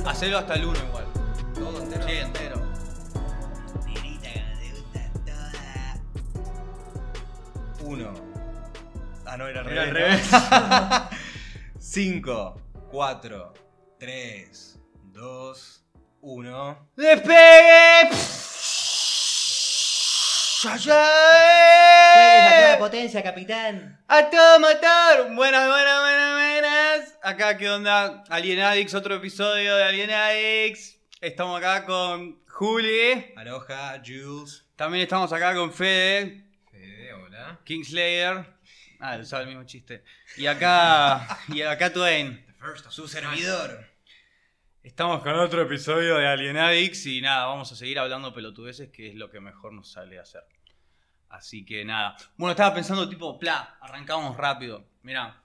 Hacelo hasta el 1 igual. ¿Todo entero? Sí, entero. Negrita que no te gusta toda. 1. Ah, no, era al revés. 5, 4, 3, 2, 1. ¡Despegue! ¡Juegues a toda potencia, capitán! ¡A todo motor! Buenas. Acá, ¿qué onda? Alien Addicts, otro episodio de Alien Addicts. Estamos acá con Juli. Aloha, Jules. También estamos acá con Fede. Fede, hola. Kingslayer. Usaba el mismo chiste. Y acá Twain. Su servidor. Estamos con otro episodio de Alien Addicts y nada, vamos a seguir hablando pelotudeces, que es lo que mejor nos sale hacer. Así que nada. Bueno, estaba pensando tipo, arrancamos rápido. Mirá.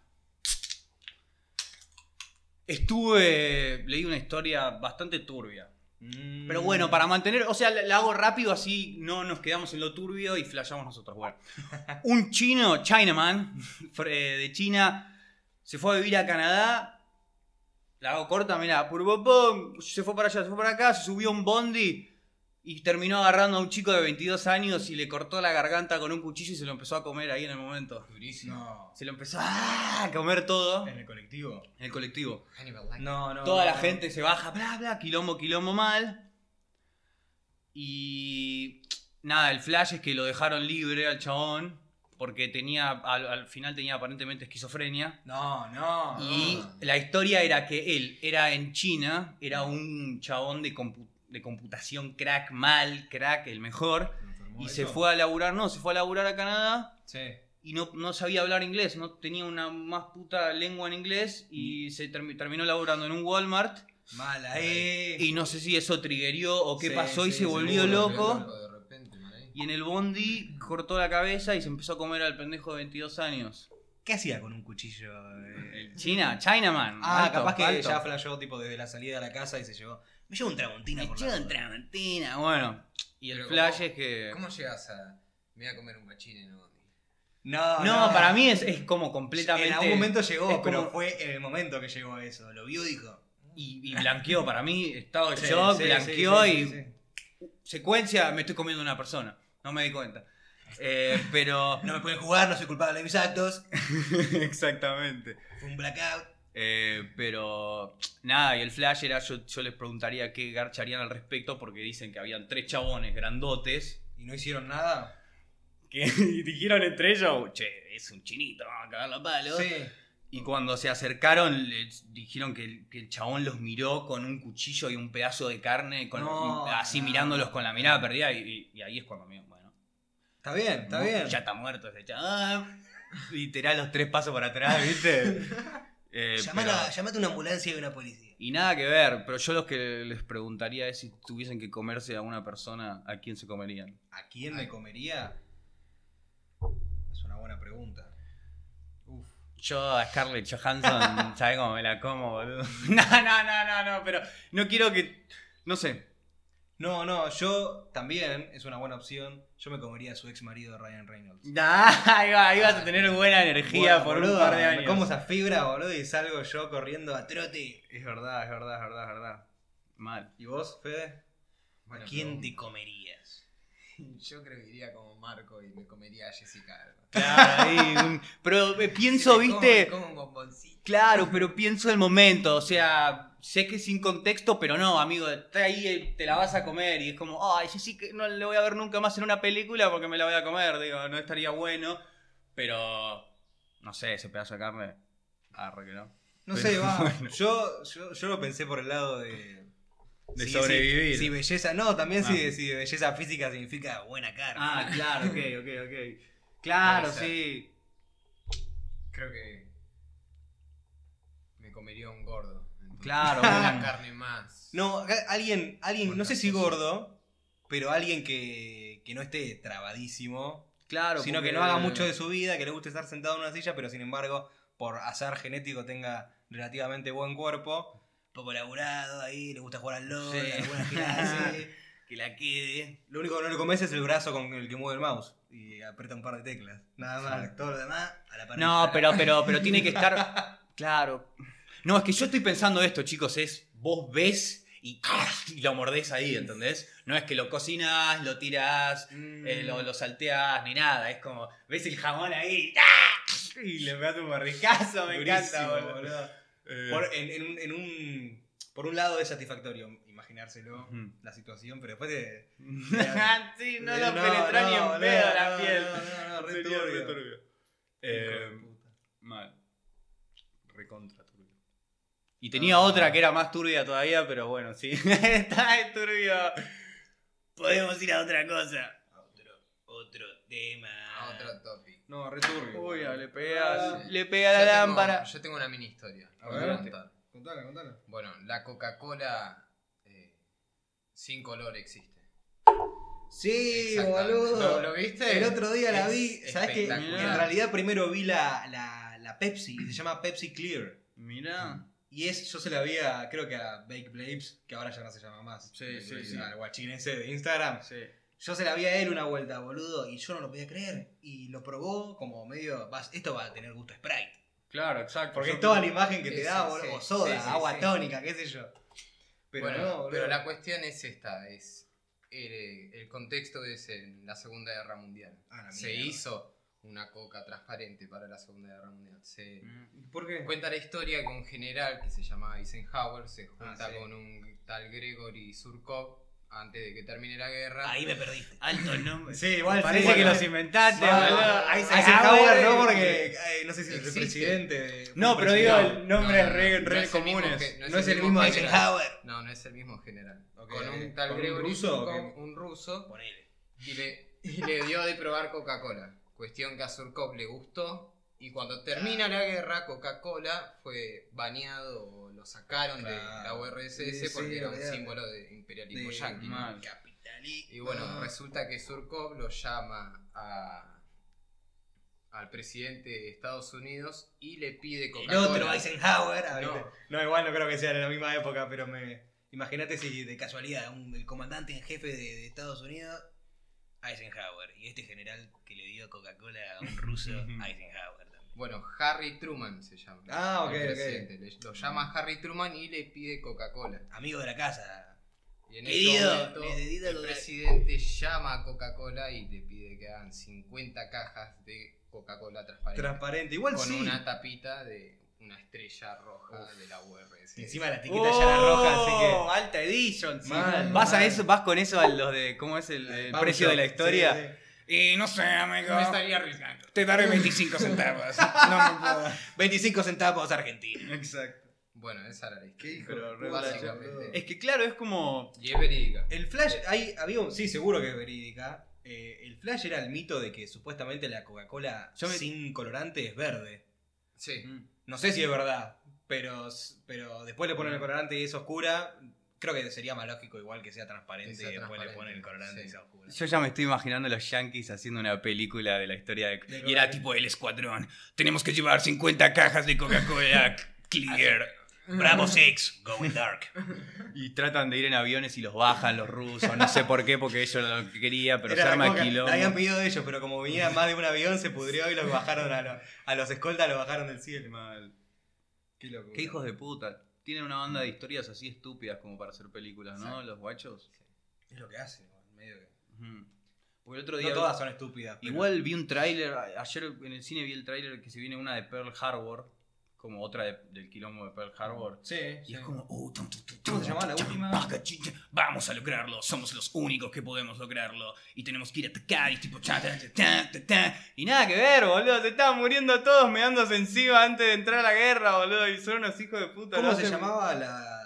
Leí una historia bastante turbia. Pero bueno, para mantener, o sea, la hago rápido así no nos quedamos en lo turbio y flashamos nosotros. Bueno, un Chinaman de China, se fue a vivir a Canadá. La hago corta, mirá, se fue para allá, se fue para acá, se subió a un bondi y terminó agarrando a un chico de 22 años y le cortó la garganta con un cuchillo y se lo empezó a comer ahí en el momento. Durísimo. No. Se lo empezó a comer todo ¿En el colectivo? en el colectivo. Hannibal Lecter. No. Toda la gente se baja, quilombo mal. Y nada, el flash es que lo dejaron libre al chabón porque al final tenía aparentemente esquizofrenia. No. Y la historia era que él era en China, era un chabón de computación crack, el mejor. Y se fue a laburar a Canadá. Sí. Y no sabía hablar inglés, no tenía una más puta lengua en inglés. Y se terminó laburando en un Walmart. Mala, Y no sé si eso triggerió o qué Sí, pasó y sí, se volvió Seguro, loco. de repente, mal ahí. Y en el bondi cortó la cabeza y se empezó a comer al pendejo de 22 años. ¿Qué hacía con un cuchillo? El Chinaman. alto, Capaz que alto. ya flasheó tipo desde la salida de la casa y se llevó. Me llevo un tramontina Me por echó la en duda. Tramontina, bueno. Y el Pero flash ¿cómo- es que... ¿Cómo llegas a... Me voy a comer un cachín en el bondi? No, para mí es como completamente... En algún momento llegó, es pero como- fue en el momento que llegó a eso. Lo vio y dijo. Y blanqueó, para mí, estado de Sí, shock, sí, blanqueó sí, y... sí. Secuencia, me estoy comiendo una persona. No me di cuenta. Pero... No me pueden jugar, no soy culpable de mis actos. Exactamente. Fue un blackout. Pero nada, y el flash era, yo les preguntaría qué garcharían al respecto, porque dicen que habían 3 chabones grandotes ¿Y no hicieron nada? que dijeron entre ellos, che, es un chinito, vamos a cagarlo a palos. Sí. Y cuando se acercaron, les dijeron que el chabón los miró con un cuchillo y un pedazo de carne, así mirándolos con la mirada perdida, y ahí es cuando me bueno, Está bien, está bien. ya está muerto ese chabón. Literal, los 3 pasos para atrás, ¿viste? Llamate una ambulancia y una policía. Y nada que ver, pero yo lo que les preguntaría es si tuviesen que comerse a una persona, ¿a quién se comerían? ¿A quién me comería? Es una buena pregunta. Uf. Yo a Scarlett Johansson, ¿sabes cómo me la como, boludo? No, pero no quiero que... No sé. No, yo también, es una buena opción. Yo me comería a su ex marido Ryan Reynolds. Ahí vas a tener buena energía Bueno, por boludo, un par de Me años. como esa fibra, boludo, y salgo yo corriendo a trote. Es verdad. Mal. ¿Y vos, Fede? Buena ¿A quién pregunta. te comerías? Yo creo que iría como Marco y me comería a Jessica Alba. Claro, ahí... Pero pienso, Sí, ¿viste? Como un bomboncito. Claro, pero pienso el momento, o sea, sé que sin contexto, pero no, amigo, está ahí, te la vas a comer y es como, ay, yo sí que no le voy a ver nunca más en una película porque me la voy a comer, digo, no estaría bueno, pero, no sé, ese pedazo de carne, arre que no. No Pero, sé, va. bueno. Yo lo pensé por el lado de sobrevivir. Si belleza, no, también Ah. si belleza física significa buena carne. Ah, claro, ok. Claro, Puede ser. sí. Creo que me comería un gordo. Entonces, Claro, la un- carne más. No, alguien no Buena sé si cosa. gordo, pero alguien que no esté trabadísimo, Claro, sino porque- que no haga mucho de su vida, que le guste estar sentado en una silla, pero sin embargo, por azar genético tenga relativamente buen cuerpo, poco laburado ahí, le gusta jugar al LOL, Sí. alguna gimnasia. que la quede. Lo único que no le comes es el brazo con el que mueve el mouse y aprieta un par de teclas. Nada más, todo lo demás a la pared. No, pero tiene que estar. Claro. No, es que yo estoy pensando esto, chicos, es vos ves y lo mordés ahí, ¿entendés? No es que lo cocinás, lo tirás, lo salteás, ni nada. Es como, ves el jamón ahí y le pegas un mordiscazo, me encanta, boludo. Por un lado es satisfactorio imaginárselo, la situación, pero después Sí, no lo penetra ni en pedo la piel. No, re Sería turbio. re turbio. Hijo de puta. Mal. Recontra turbio. Y tenía otra que era más turbia todavía, pero bueno, sí. Está turbio. Podemos ir a otra cosa. Otro tema. Otro topic. No, re turbio. Uy, boludo. le pega a la lámpara. Yo tengo una mini historia. A Voy ver. contar. Contala. Bueno, la Coca-Cola sin color existe. Sí, Exactamente. boludo. ¿Lo viste? El otro día la Es vi. ¿Sabes qué? En espectacular. realidad primero vi la Pepsi, se llama Pepsi Clear. Mirá. Y yo se la vi creo que a Bake Blapes, que ahora ya no se llama más. Sí. Al guachín ese de Instagram. Sí. Yo se la vi a él una vuelta, boludo, y yo no lo podía creer. Y lo probó como medio, esto va a tener gusto a Sprite. Claro, exacto. Porque Yo es toda la creo- imagen que te Sí, da, sí, boludo, sí. o soda, Sí, sí, agua sí. tónica, qué sé yo. Pero Bueno, no, boludo. pero la cuestión es esta, el contexto es en la Segunda Guerra Mundial. Ah, la Se mierda. hizo una coca transparente para la Segunda Guerra Mundial. Se ¿Por qué? cuenta la historia que un general que se llamaba Eisenhower se junta sí. con un tal Gregory Surkov antes de que termine la guerra. Ahí me perdiste. Alto nombre. Sí, igual Parece sí, que bueno. los inventaste, No, boludo. Eisenhower no, porque no sé si es el Existe. presidente. No, pero digo, el nombre es re no es el mismo comunes. que- No es el mismo general. Eisenhower. No es el mismo general. Ok. Con un tal ¿Con un Gregory ruso o Surkov, qué? un ruso, Ponele. y le dio de probar Coca-Cola. Cuestión que a Surkov le gustó. Y cuando termina la guerra, Coca-Cola fue baneado o lo sacaron de la URSS Sí, porque era un olvidate. símbolo de imperialismo De yanqui. ¿no? mal. Y bueno, resulta que Surkov lo llama al presidente de Estados Unidos y le pide El Coca-Cola. otro Eisenhower. No. No, igual no creo que sea de la misma época, pero imagínate si de casualidad el comandante en jefe de Estados Unidos, Eisenhower, y este general que le dio Coca-Cola a un ruso, Eisenhower también. Bueno, Harry Truman se llama. Ah, ok, el ok. presidente. Lo llama Harry Truman y le pide Coca-Cola. Amigo de la casa. Y en Querido, ese momento, necesito el Coca- presidente llama a Coca-Cola y le pide que hagan 50 cajas de Coca-Cola transparente. Transparente. Igual con sí. una tapita de una estrella roja de la URSS. Y encima la etiqueta ya era roja, así que. Alta edition. Sí. Mal, Vas a mal. eso, vas con eso a los de cómo es el Pump precio de Shop, la historia. sí, sí. Y no sé, amigo. Me estaría arriesgando. Te daré 25 centavos. No me puedo. 25 centavos Argentina. Exacto. Bueno, esa era la historia. Qué hijo Pero de re puta, básicamente. boludo. Es que claro, es como. Y es verídica. El Flash, sí, seguro que es verídica. El Flash era el mito de que supuestamente la Coca-Cola sin colorante es verde. Sí. No sé si es verdad, pero después le ponen el colorante y es oscura. Creo que sería más lógico igual que sea transparente Que sea y después le transparente, ponen el colorante sí. y sea oscura. Yo ya me estoy imaginando los Yankees haciendo una película de la historia de. De Y era Coca-Cola. tipo el escuadrón. Tenemos que llevar 50 cajas de Coca-Cola Clear. Bravo Six, going dark. Y tratan de ir en aviones y los bajan los rusos. No sé por qué, porque ellos lo que quería, pero Era se la arma Coca, quilombo. la habían pedido ellos, pero como venían más de un avión se pudrió y los bajaron a los escoltas, los bajaron del cielo. Mal. Qué locura. Qué hijos de puta. Tienen una banda de historias así estúpidas como para hacer películas, ¿no? Exacto. Los guachos. Es lo que hacen, medio que. Ujú. Porque el otro día. No todas son estúpidas. pero- Igual vi un tráiler, ayer en el cine vi el tráiler que se viene una de Pearl Harbor, como otra del quilombo de Pearl Harbor. Sí, Y sí. es como, ¿Cómo se llamaba la última? Vamos a lograrlo, somos los únicos que podemos lograrlo. Y tenemos que ir a atacar y tipo cha, ta, ta, ta, ta. Y nada que ver, boludo, se estaban muriendo todos meándose encima antes de entrar a la guerra, boludo. Y son unos hijos de puta. ¿Cómo lo se hacen- llamaba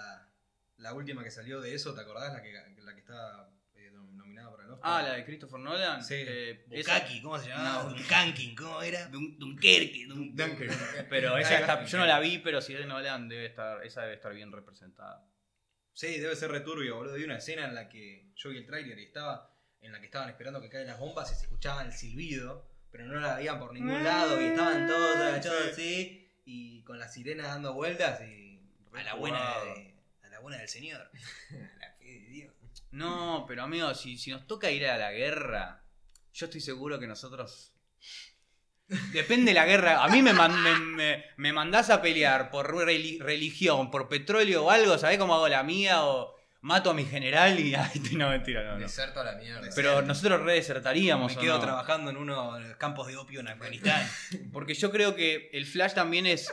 la última que salió de eso? ¿Te acordás? La que está nominada para el Oscar. Ah, la de Christopher Nolan. Sí. Esa- Bukaki, ¿cómo se llamaba? No. Dunkankin, ¿cómo era? Dunkerque. Pero esa Ahí va. está, yo no la vi, pero si es de Nolan esa debe estar bien representada. Sí, debe ser returbio, boludo. Vi una escena en la que yo vi el tráiler y estaba en la que estaban esperando que caigan las bombas y se escuchaba el silbido, pero no la veían por ningún lado y estaban todos agachados así y con las sirenas dando vueltas y a la buena del señor. A la fe de Dios. No, pero amigo, si nos toca ir a la guerra, yo estoy seguro que nosotros Depende de la guerra. A mí me mandás a pelear por religión, por petróleo o algo, ¿sabés cómo hago la mía? O mato a mi general y... Ay, no, mentira, no. Deserto a la mierda. Pero nosotros desertaríamos. Me quedo trabajando en uno de los campos de opio en Afganistán. Porque yo creo que el Flash también es...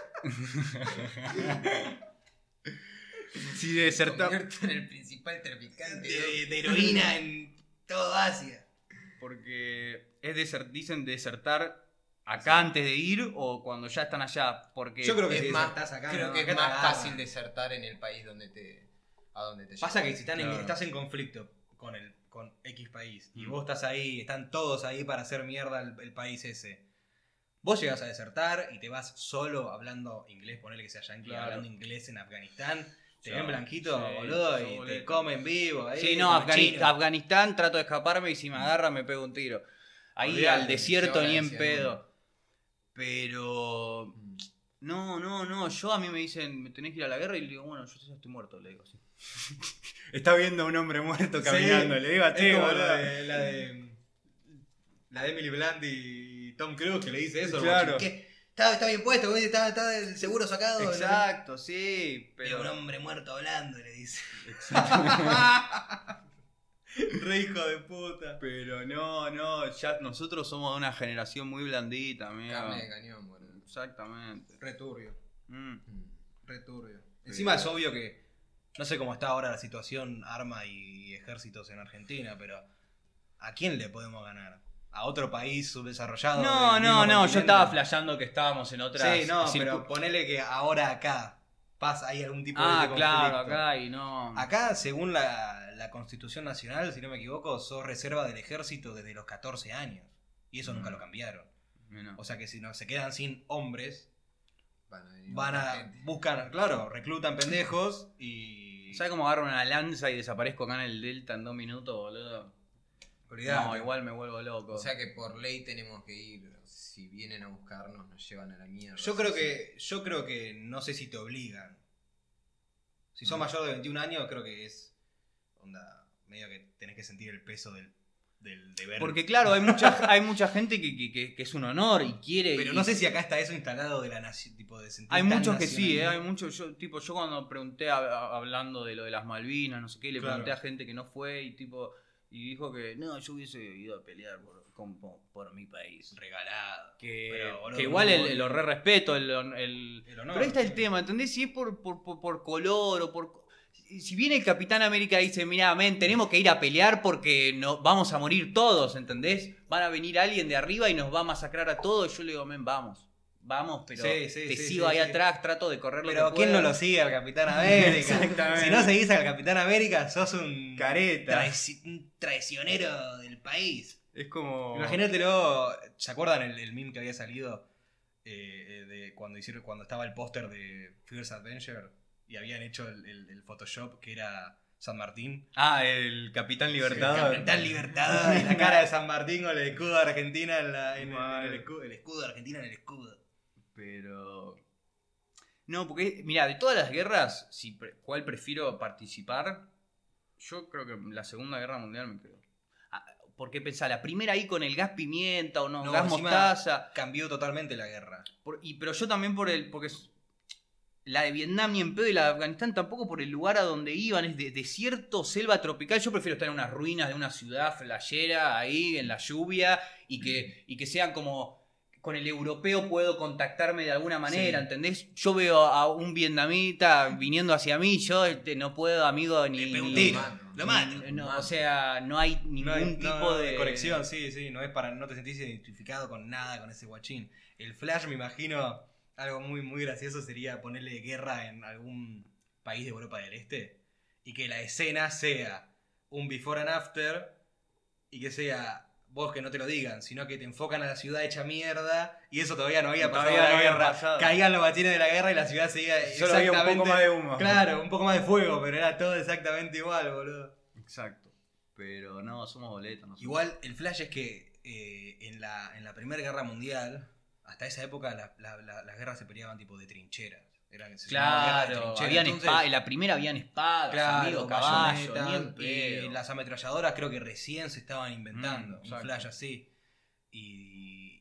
Si desertar... Convierto en el principal traficante de heroína en todo Asia. Porque dicen desertar acá antes de ir o cuando ya están allá. Porque Yo creo que Es si más- desertás acá, Creo no, que acá es te más agarran. fácil desertar en el país a donde te Pasa que llevan. si Claro. estás en conflicto con X país y Mm. vos estás ahí, están todos ahí para hacer mierda el país ese. Vos llegás a desertar y te vas solo hablando inglés, ponele que sea yankee, Claro. hablando inglés en Afganistán. Te Ya, ven blanquito, sí, boludo, yo y boleto. te comen vivo. Ahí, Sí, no, como chino. Afganistán trato de escaparme y si me agarra me pego un tiro. Ahí Olvidate, al desierto yo ni en decía, pedo. Pero... No, yo a mí me dicen, me tenés que ir a la guerra y le digo, bueno, yo ya estoy muerto, le digo así. Está viendo a un hombre muerto caminando, Sí, le digo a es ti, como boludo. la de Emily Blunt y Tom Cruise que le dice eso. Claro. Como, ¿qué? Está bien puesto, güey, está el seguro sacado. ¿no? Exacto, sí, Pero pero... un hombre muerto hablando, le dice. Re hijo de puta. Pero no, ya nosotros somos de una generación muy blandita, amigo. Carne de cañón, boludo. Exactamente. Returbio, Mm. returbio. Encima es obvio que, no sé cómo está ahora la situación, arma y ejércitos en Argentina, pero ¿a quién le podemos ganar? ¿A otro país subdesarrollado? No, del mismo yo continente? estaba flasheando que estábamos en otra... Sí, no, pero ponele que ahora acá pasa, hay algún tipo de conflicto. claro, acá y no... Acá, según la Constitución Nacional, si no me equivoco, sos reserva del ejército desde los 14 años. Y eso nunca lo cambiaron. Mira. O sea que si no se quedan sin hombres, Venir van otra a gente. buscar, claro, reclutan pendejos y... ¿Sabes cómo agarro una lanza y desaparezco acá en el Delta en 2 minutos, boludo? Olvidate. No, igual me vuelvo loco. O sea que por ley tenemos que ir. Si vienen a buscarnos, nos llevan a la mierda. Yo creo que no sé si te obligan. Si sos mayor de 21 años, creo que es onda medio que tenés que sentir el peso del deber. Porque claro, hay mucha gente que es un honor y quiere... Pero y- no sé si acá está eso instalado de la nación, tipo de sentir Hay tan muchos que sí, nacionalismo. hay muchos. Yo cuando pregunté hablando de lo de las Malvinas, no sé qué, le Claro. pregunté a gente que no fue y dijo que no, yo hubiese ido a pelear por mi país. Regalado. Que, Pero, boludo, que igual no, lo re respeto, el honor. pero ahí está el tema, ¿entendés? Si es por color o por... Si viene el Capitán América y dice, mira, men, tenemos que ir a pelear porque no, vamos a morir todos, ¿entendés? Van a venir alguien de arriba y nos va a masacrar a todos. Yo le digo, men, vamos, pero Sí, te sí, sigo sí, ahí sí. atrás, trato de correr lo Pero que ¿quién no pueda. lo sigue al Capitán América? Exactamente. Si no seguís al Capitán América, sos un Careta. un traicionero del país. Es como... Imagínatelo, ¿se acuerdan el meme que había salido de cuando estaba el póster de Fierce Adventure y habían hecho el Photoshop que era San Martín? Ah, el Capitán Libertador. El Capitán Libertador y la cara de San Martín con el escudo de Argentina Mal. el escudo de Argentina en el escudo. Pero... No, porque, mira, de todas las guerras, ¿cuál prefiero participar? Yo creo que la Segunda Guerra Mundial me quedo. Porque pensá, la primera ahí con el gas pimienta o no, No, gas encima mostaza. Cambió totalmente la guerra. Pero yo también porque la de Vietnam ni en pedo y la de Afganistán tampoco por el lugar a donde iban, es de desierto, selva tropical. Yo prefiero estar en unas ruinas de una ciudad flayera ahí en la lluvia y que sean como... Con el europeo puedo contactarme de alguna manera, Sí. ¿entendés? Yo veo a un vietnamita viniendo hacia mí, yo no puedo, amigo, ni... Le pego un ni- tiro, lo mato. no, o sea, no hay ningún No hay- tipo no, de... conexión, sí, no te sentís identificado con nada con ese guachín. El Flash, me imagino, algo muy, muy gracioso sería ponerle guerra en algún país de Europa del Este y que la escena sea un before and after y que sea vos que no te lo digan, sino que te enfocan a la ciudad hecha mierda y eso todavía no había pasado Todavía en la no había guerra. pasado. Caían los batines de la guerra y la ciudad seguía Solo había un poco exactamente- más de humo. Claro, un poco más de fuego, pero era todo exactamente igual, boludo. Exacto. Pero no, somos boletos. no somos- Igual el flash es que en la Primera Guerra Mundial, hasta esa época las guerras se peleaban tipo de trincheras. Se llamaban guerras de Claro, trincheras. habían Entonces, espadas, en la primera habían espadas, claro, amigos, caballos, bayonetas, ni en pedo. y las ametralladoras creo que recién se estaban inventando. Un exacto. flash así. Y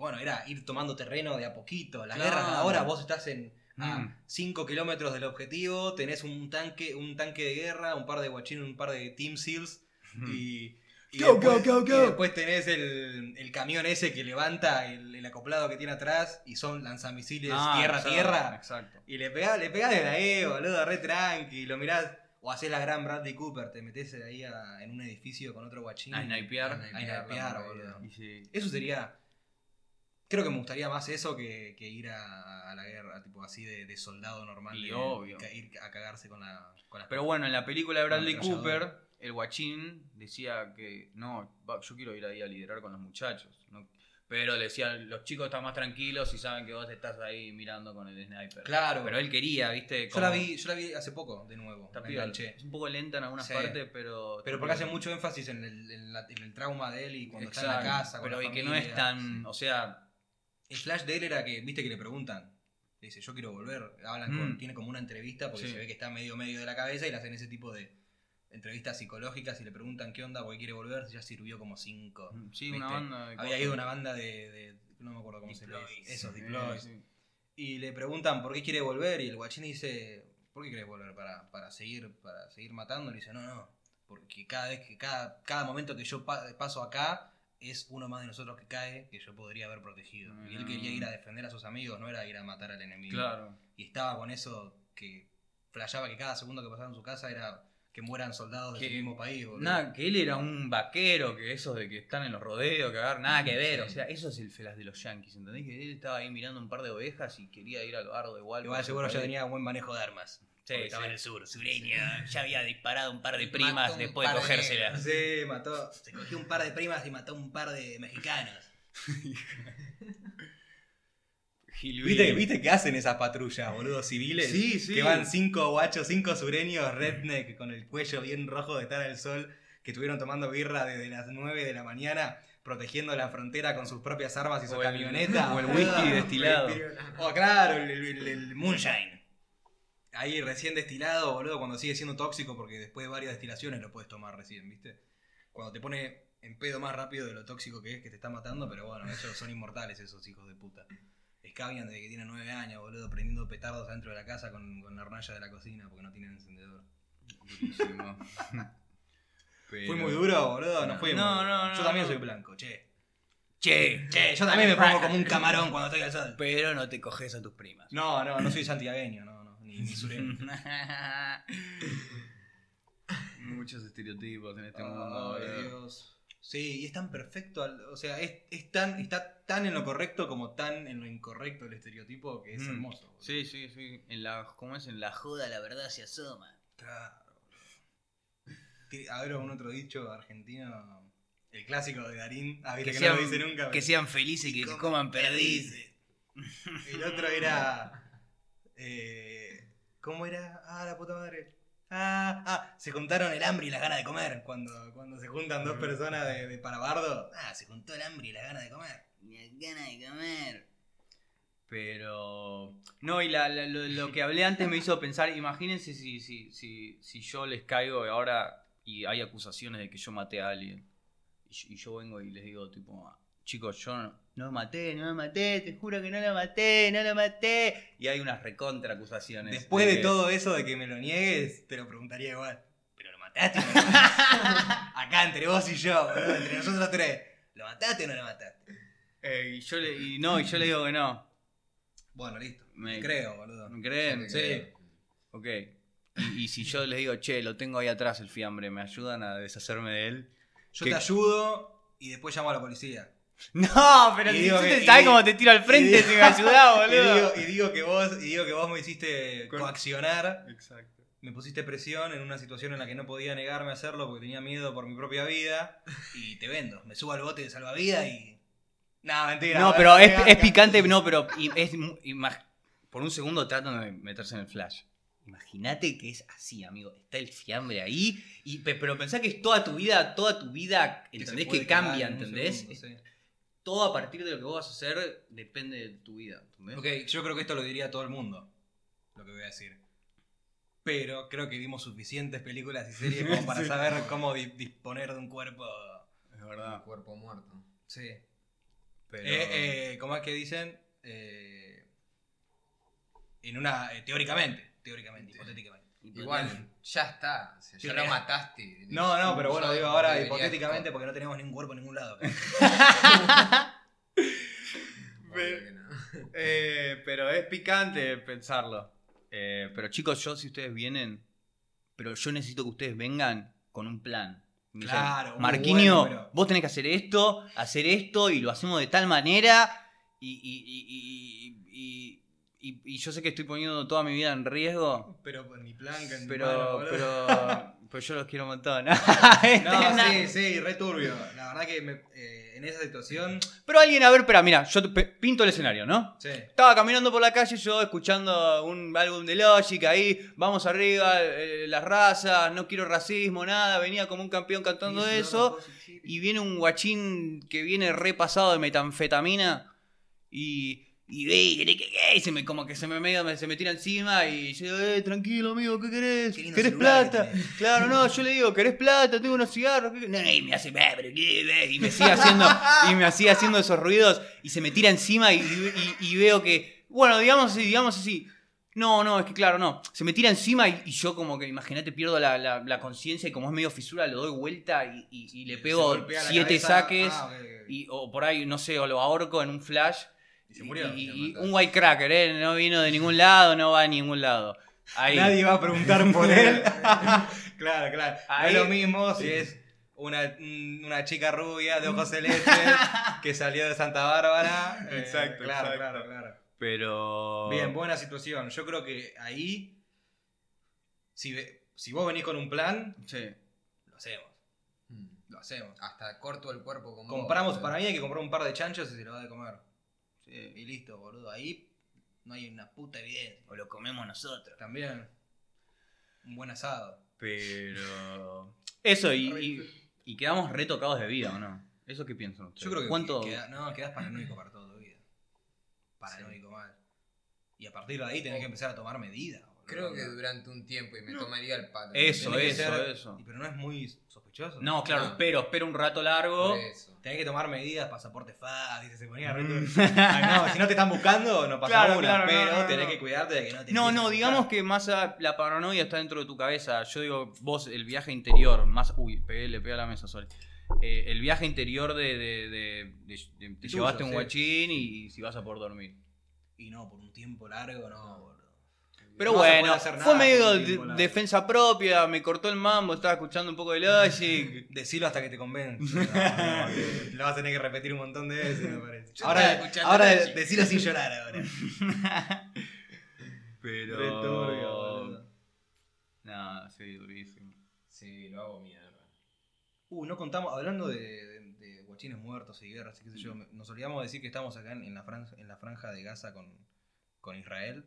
bueno, era ir tomando terreno de a poquito. La Claro. guerra ahora vos estás a Mm. 5 kilómetros del objetivo, tenés un tanque de guerra, un par de guachines, un par de Team Seals y Go, después, go, go, go. y después tenés el camión ese que levanta el acoplado que tiene atrás y son lanzamisiles tierra a exacto, tierra. Exacto. Y le pegás de la E, boludo, re tranqui, lo mirás. O hacés la gran Bradley Cooper, te metés ahí en un edificio con otro guachín. A snipear. A snipear, boludo. Y sí. Eso sería. Creo que me gustaría más eso que ir a la guerra, tipo así de soldado normal. Y de obvio. Ir a cagarse con las. Pero bueno, en la película de Bradley Con ametralladora. Cooper, el guachín decía que no, yo quiero ir ahí a liderar con los muchachos. ¿no? Pero le decían, los chicos están más tranquilos y saben que vos estás ahí mirando con el sniper. Claro. Pero él quería, ¿viste? Yo la vi hace poco, de nuevo. Está me piola. enganché. Es un poco lenta en algunas Sí. partes, pero... Pero porque hace mucho énfasis en el trauma de él y cuando está en la Exacto, casa. Con pero la y que no familia. es tan... O sea... El flash de él era que, viste que le preguntan. Le dice, yo quiero volver. Tiene como una entrevista porque Sí. se ve que está medio de la cabeza y le hacen ese tipo de entrevistas psicológicas y le preguntan qué onda porque quiere volver. Ya sirvió como 5. Sí, ¿viste? una banda de Había cosas. ido a una banda de no me acuerdo cómo se llama. Esos Sí, Deploys. sí. Y le preguntan por qué quiere volver y el guachín dice, ¿por qué querés volver? ¿Para seguir matando? Le dice, no, porque cada momento que yo paso acá es uno más de nosotros que cae que yo podría haber protegido. Y él quería ir a defender a sus amigos, no era ir a matar al enemigo. Claro. Y estaba con eso que flasheaba que cada segundo que pasaba en su casa era que mueran soldados de su mismo país. Boludo. Nada, que él era un vaquero, que esos de que están en los rodeos, que agarran, nada que ver. Sí. O sea, eso es el felas de los yankees, ¿entendés? Que él estaba ahí mirando un par de ovejas y quería ir al bardo igual. Igual seguro ya tenía buen manejo de armas. Sí, Porque estaba sí. en el sur. Sureño, ya había disparado un par de Mató primas un después de par de cogérselas. Sí, mató. Se cogió un par de primas y mató un par de mexicanos. ¿Viste que hacen esas patrullas, boludo, civiles? Sí, sí. Que van 5 guachos, 5 sureños, redneck, con el cuello bien rojo de estar al sol, que estuvieron tomando birra desde las 9 de la mañana, protegiendo la frontera con sus propias armas y su camioneta. O el whisky destilado. O claro, el moonshine. Ahí recién destilado, boludo, cuando sigue siendo tóxico, porque después de varias destilaciones lo puedes tomar recién, ¿viste? Cuando te pone en pedo más rápido de lo tóxico que te está matando, pero bueno, ellos son inmortales, esos hijos de puta. Escabian desde que tienen 9 años, boludo, prendiendo petardos adentro de la casa con la hornalla de la cocina porque no tienen encendedor. Durísimo. Pero- ¿Fue muy duro, boludo? No fue No, muy duro. no, Yo también no. soy blanco, che. Che, Yo también me pongo como un camarón cuando estoy al sol. pero no te coges a tus primas. No soy santiagueño, ni sureño. Muchos estereotipos en este mundo. Ay, boludo. Dios. Sí, y es tan perfecto, o sea, está tan en lo correcto como tan en lo incorrecto el estereotipo que es hermoso. Boludo. Sí, sí, sí. ¿Cómo es? En la joda la verdad se asoma. Claro. A ver, algún otro dicho argentino, el clásico de Darín, viste que no lo dice nunca. Que sean felices y que coman perdices. El otro era, ¿cómo era? La puta madre. Se juntaron el hambre y las ganas de comer. Cuando se juntan dos personas de Parabardo. Se juntó el hambre y las ganas de comer. Las ganas de comer. Pero... No, y lo que hablé antes me hizo pensar, imagínense si yo les caigo ahora y hay acusaciones de que yo maté a alguien. Y yo vengo y les digo, tipo, chicos, yo no lo maté, te juro que no lo maté. Y hay unas recontra acusaciones. Después de que- todo eso de que me lo niegues, te lo preguntaría igual. ¿Pero lo mataste o no lo mataste? Acá entre vos y yo, boludo, entre nosotros tres. ¿Lo mataste o no lo mataste? y yo le digo que no. Bueno, listo. Me- Me creo, boludo. ¿Me creen? Sí. Ok. Y si yo les digo, che, lo tengo ahí atrás el fiambre, ¿me ayudan a deshacerme de él? Yo ¿Qué? te ayudo y después llamo a la policía. No, pero Y si digo tú que- te sabes y- cómo te tiro al frente y- si me ayudás, boludo. Y digo que vos me hiciste coaccionar. Exacto. Me pusiste presión en una situación en la que no podía negarme a hacerlo porque tenía miedo por mi propia vida. Y te vendo. Me subo al bote de salvavidas y. No, mentira. No, pero es picante, no, pero por un segundo tratan de meterse en el flash. Imagínate que es así, amigo. Está el fiambre ahí. Pero pensá que es toda tu vida, ¿entendés? Que cambia, ¿entendés? Todo a partir de lo que vos vas a hacer depende de tu vida, ¿entendés? Ok, yo creo que esto lo diría todo el mundo. Lo que voy a decir. Pero creo que vimos suficientes películas y series como para Sí. saber cómo disponer de un cuerpo. Es verdad. Cuerpo muerto. Sí. Pero... ¿Cómo es que dicen? En una. Teóricamente, hipotéticamente. Igual, ya está. O sea, ya lo mataste. No, pero bueno, Ya digo ahora debería- hipotéticamente porque no tenemos ningún cuerpo en ningún lado. Obvio que no. pero es picante pensarlo. Pero chicos, si ustedes vienen, pero yo necesito que ustedes vengan con un plan. Me dicen, Claro, Marquinho, bueno, pero- vos tenés que hacer esto, y lo hacemos de tal manera. Y yo sé que estoy poniendo toda mi vida en riesgo. Pero por mi plan, que en mi Pero, mano, boludo. pero yo los quiero un montón. No, sí, re turbio. La verdad que en esa situación. Pero alguien, a ver, espera, mira, yo pinto el escenario, ¿no? Sí. Estaba caminando por la calle yo escuchando un álbum de Logic ahí, vamos arriba, las razas, no quiero racismo, nada, venía como un campeón cantando eso y viene un guachín que viene repasado de metanfetamina y como que se me tira encima y yo digo, tranquilo amigo, ¿qué querés? Qué lindo ¿Querés celular plata? que tenés. Claro, no, yo le digo, ¿querés plata? Tengo unos cigarros. ¿Qué? No, y me hace, pero qué, y me sigue haciendo esos ruidos y se me tira encima y veo que, bueno, digamos así. No, es que claro, no. Se me tira encima y yo como que, imagínate, pierdo la conciencia y como es medio fisura, lo doy vuelta y le Se pego golpea la 7 cabeza. saques Ok. o por ahí, no sé, o lo ahorco en un flash. Y se murió. Y un white cracker, no vino de ningún lado, no va a ningún lado. Ahí. Nadie va a preguntar por él. Claro. Ahí- No es lo mismo si es una chica rubia de ojos celestes que salió de Santa Bárbara. Exacto, Claro, exacto. claro. Pero... Bien, buena situación. Yo creo que ahí, si vos venís con un plan, Sí. lo hacemos. Lo hacemos. Hasta corto el cuerpo con Compramos, vos, para mí hay que comprar un par de chanchos y se lo va a comer. Sí. Y listo, boludo. Ahí no hay una puta evidencia. O lo comemos nosotros. También un buen asado. Pero... Eso, y quedamos retocados de vida, ¿o no? ¿Eso qué piensan ustedes? Yo creo que ¿Cuánto? quedás paranoico para toda tu vida. Paranoico mal. Y a partir de ahí tenés que empezar a tomar medidas. boludo. Creo que durante un tiempo y me tomaría el palo. Eso, Tenés que eso. Pero no es muy sospechoso. No, claro, No. espero un rato largo. Por eso. Tenés que tomar medidas, pasaporte dice, se ponía re turbio. Ay, no, si no te están buscando, no pasa Claro, una. claro, pero no. tenés que cuidarte de que no te No, empiecen a digamos buscar. que más la paranoia está dentro de tu cabeza. Yo digo, vos, el viaje interior, más... Uy, le pegué a la mesa, sorry. El viaje interior te Tuyo, llevaste un sí. guachín y si vas a poder dormir. Y no, por un tiempo largo, no, boludo. Pero No vas a bueno, poder hacer nada fue medio por un tiempo largo. defensa propia, me cortó el mambo, estaba escuchando un poco de Logic. Decilo hasta que te convence. Lo vas a tener que repetir un montón de veces, me parece. Yo Ahora, estaba escuchando ahora Logic. decilo sin llorar ahora. Pero... Re turbio, boludo. No, sí, durísimo. Sí, lo hago mierda. No contamos, hablando de guachines muertos y guerras y qué sé yo, nos olvidamos decir que estamos acá en la franja de Gaza con Israel.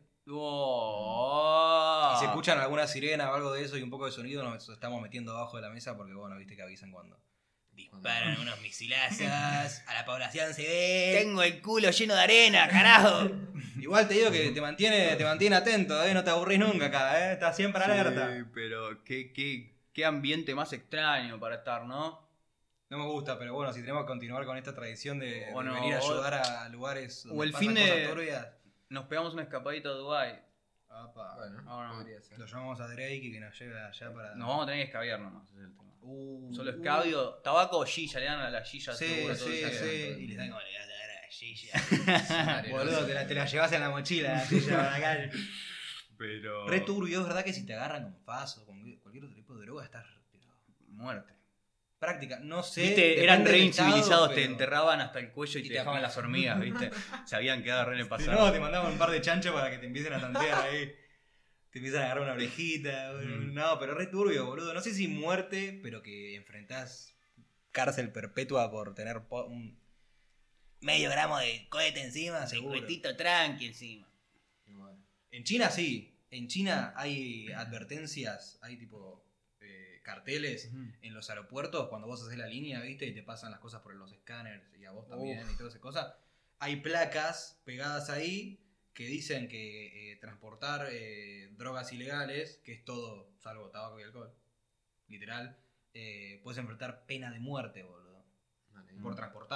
Oh. Y se escuchan alguna sirena o algo de eso y un poco de sonido, nos estamos metiendo abajo de la mesa porque, bueno, viste que avisan cuando disparan unos misilazos a la población civil. Tengo el culo lleno de arena, carajo. Igual te digo que te mantiene atento, no te aburrís nunca acá, estás siempre alerta. Sí, pero qué ambiente más extraño para estar, ¿no? No me gusta, pero bueno, si tenemos que continuar con esta tradición de O no, venir a ayudar a lugares donde o el pasan fin de- cosas turbias, Nos pegamos una escapadita a Dubái. Bueno, Ahora no. podría ser. lo llamamos a Drake y que nos lleve allá para... Nos vamos a tener que escabiar nomás, ese es el tema. Solo uh. escabio, tabaco o silla, le dan a la silla. Sí, seguro, todo sí, eso. sí. Y les dan como le vas a dar a la silla. Arenoso. Boludo, te la llevas en la mochila, la silla para la calle. Pero... Re turbio, es verdad que si te agarran con faso, con cualquier otro tipo de droga, estás Muerte. práctica. No sé. Viste, eran depende re del estado, incivilizados, te pero- enterraban hasta el cuello y Y te te dejaban las hormigas, ¿viste? Se habían quedado re en el Si pasado. no, te mandaban un par de chanchos para que te empiecen a tantear ahí. Te empiezan a agarrar una orejita. No, pero re turbio, boludo. No sé si muerte, pero que enfrentás cárcel perpetua por tener un medio gramo de cohete encima, seguro. tranqui encima. Bueno. En China sí. En China hay advertencias, hay tipo carteles en los aeropuertos cuando vos haces la línea, ¿viste? Y te pasan las cosas por los escáneres y a vos también y todas esas cosas. Hay placas pegadas ahí que dicen que transportar drogas ilegales, que es todo salvo tabaco y alcohol, literal, puedes enfrentar pena de muerte, boludo, Vale. por transportarlo.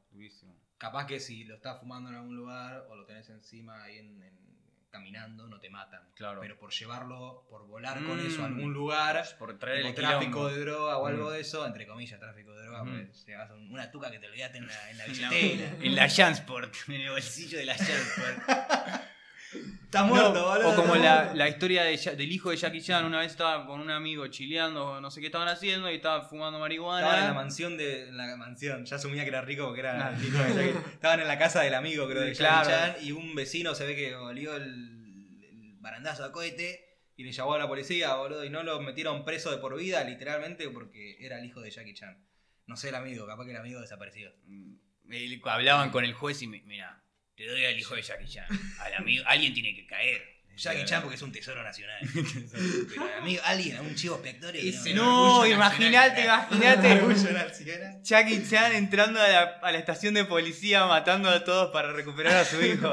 durísimo. Capaz que si lo estás fumando en algún lugar o lo tenés encima ahí caminando, no te matan. Claro. Pero por llevarlo, por volar con eso a algún lugar, por traer tipo el tráfico quilombo. de droga o algo de eso, entre comillas, tráfico de droga, pues llevas una tuca que te olvidaste en la billetera. En la Jansport, en el bolsillo de la Jansport. Está muerto, boludo. O como la historia del hijo de Jackie Chan. Una vez estaba con un amigo chileando, no sé qué estaban haciendo, y estaban fumando marihuana. Estaban en la mansión, ya asumía que era rico porque era el hijo de Jackie. Estaban en la casa del amigo, creo, de Jackie Chan, y un vecino se ve que olió el barandazo a cohete y le llamó a la policía, boludo, y no lo metieron preso de por vida, literalmente, porque era el hijo de Jackie Chan. No sé el amigo, capaz que el amigo desapareció. Hablaban con el juez y mira, te doy al hijo de Jackie Chan. Al amigo, alguien tiene que caer. Jackie Chan porque es un tesoro nacional. Pero amigo, alguien, un chivo expiatorio. No, imagínate. Orgullo nacional. Jackie Chan entrando a la estación de policía matando a todos para recuperar a su hijo.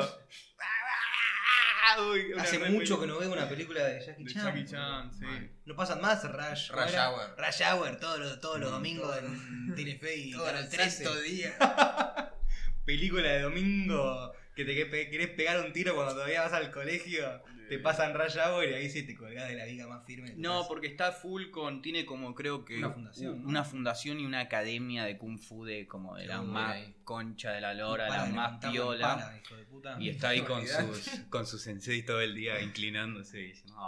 Uy, hace mucho que no veo una película de Jackie Chan. Jackie Chan, sí. No pasan más Rush Hour. Rush Hour todos los domingos en Telefe y Todo el 13 santo día. Película de domingo que te querés pegar un tiro cuando todavía vas al colegio. Te pasan Rush Hour y ahí sí te colgás de la viga más firme. No, porque está full tiene como creo que una fundación y una academia de Kung Fu de como de la más concha de la lora, la más piola. Y está ahí con su sensei todo el día inclinándose y diciendo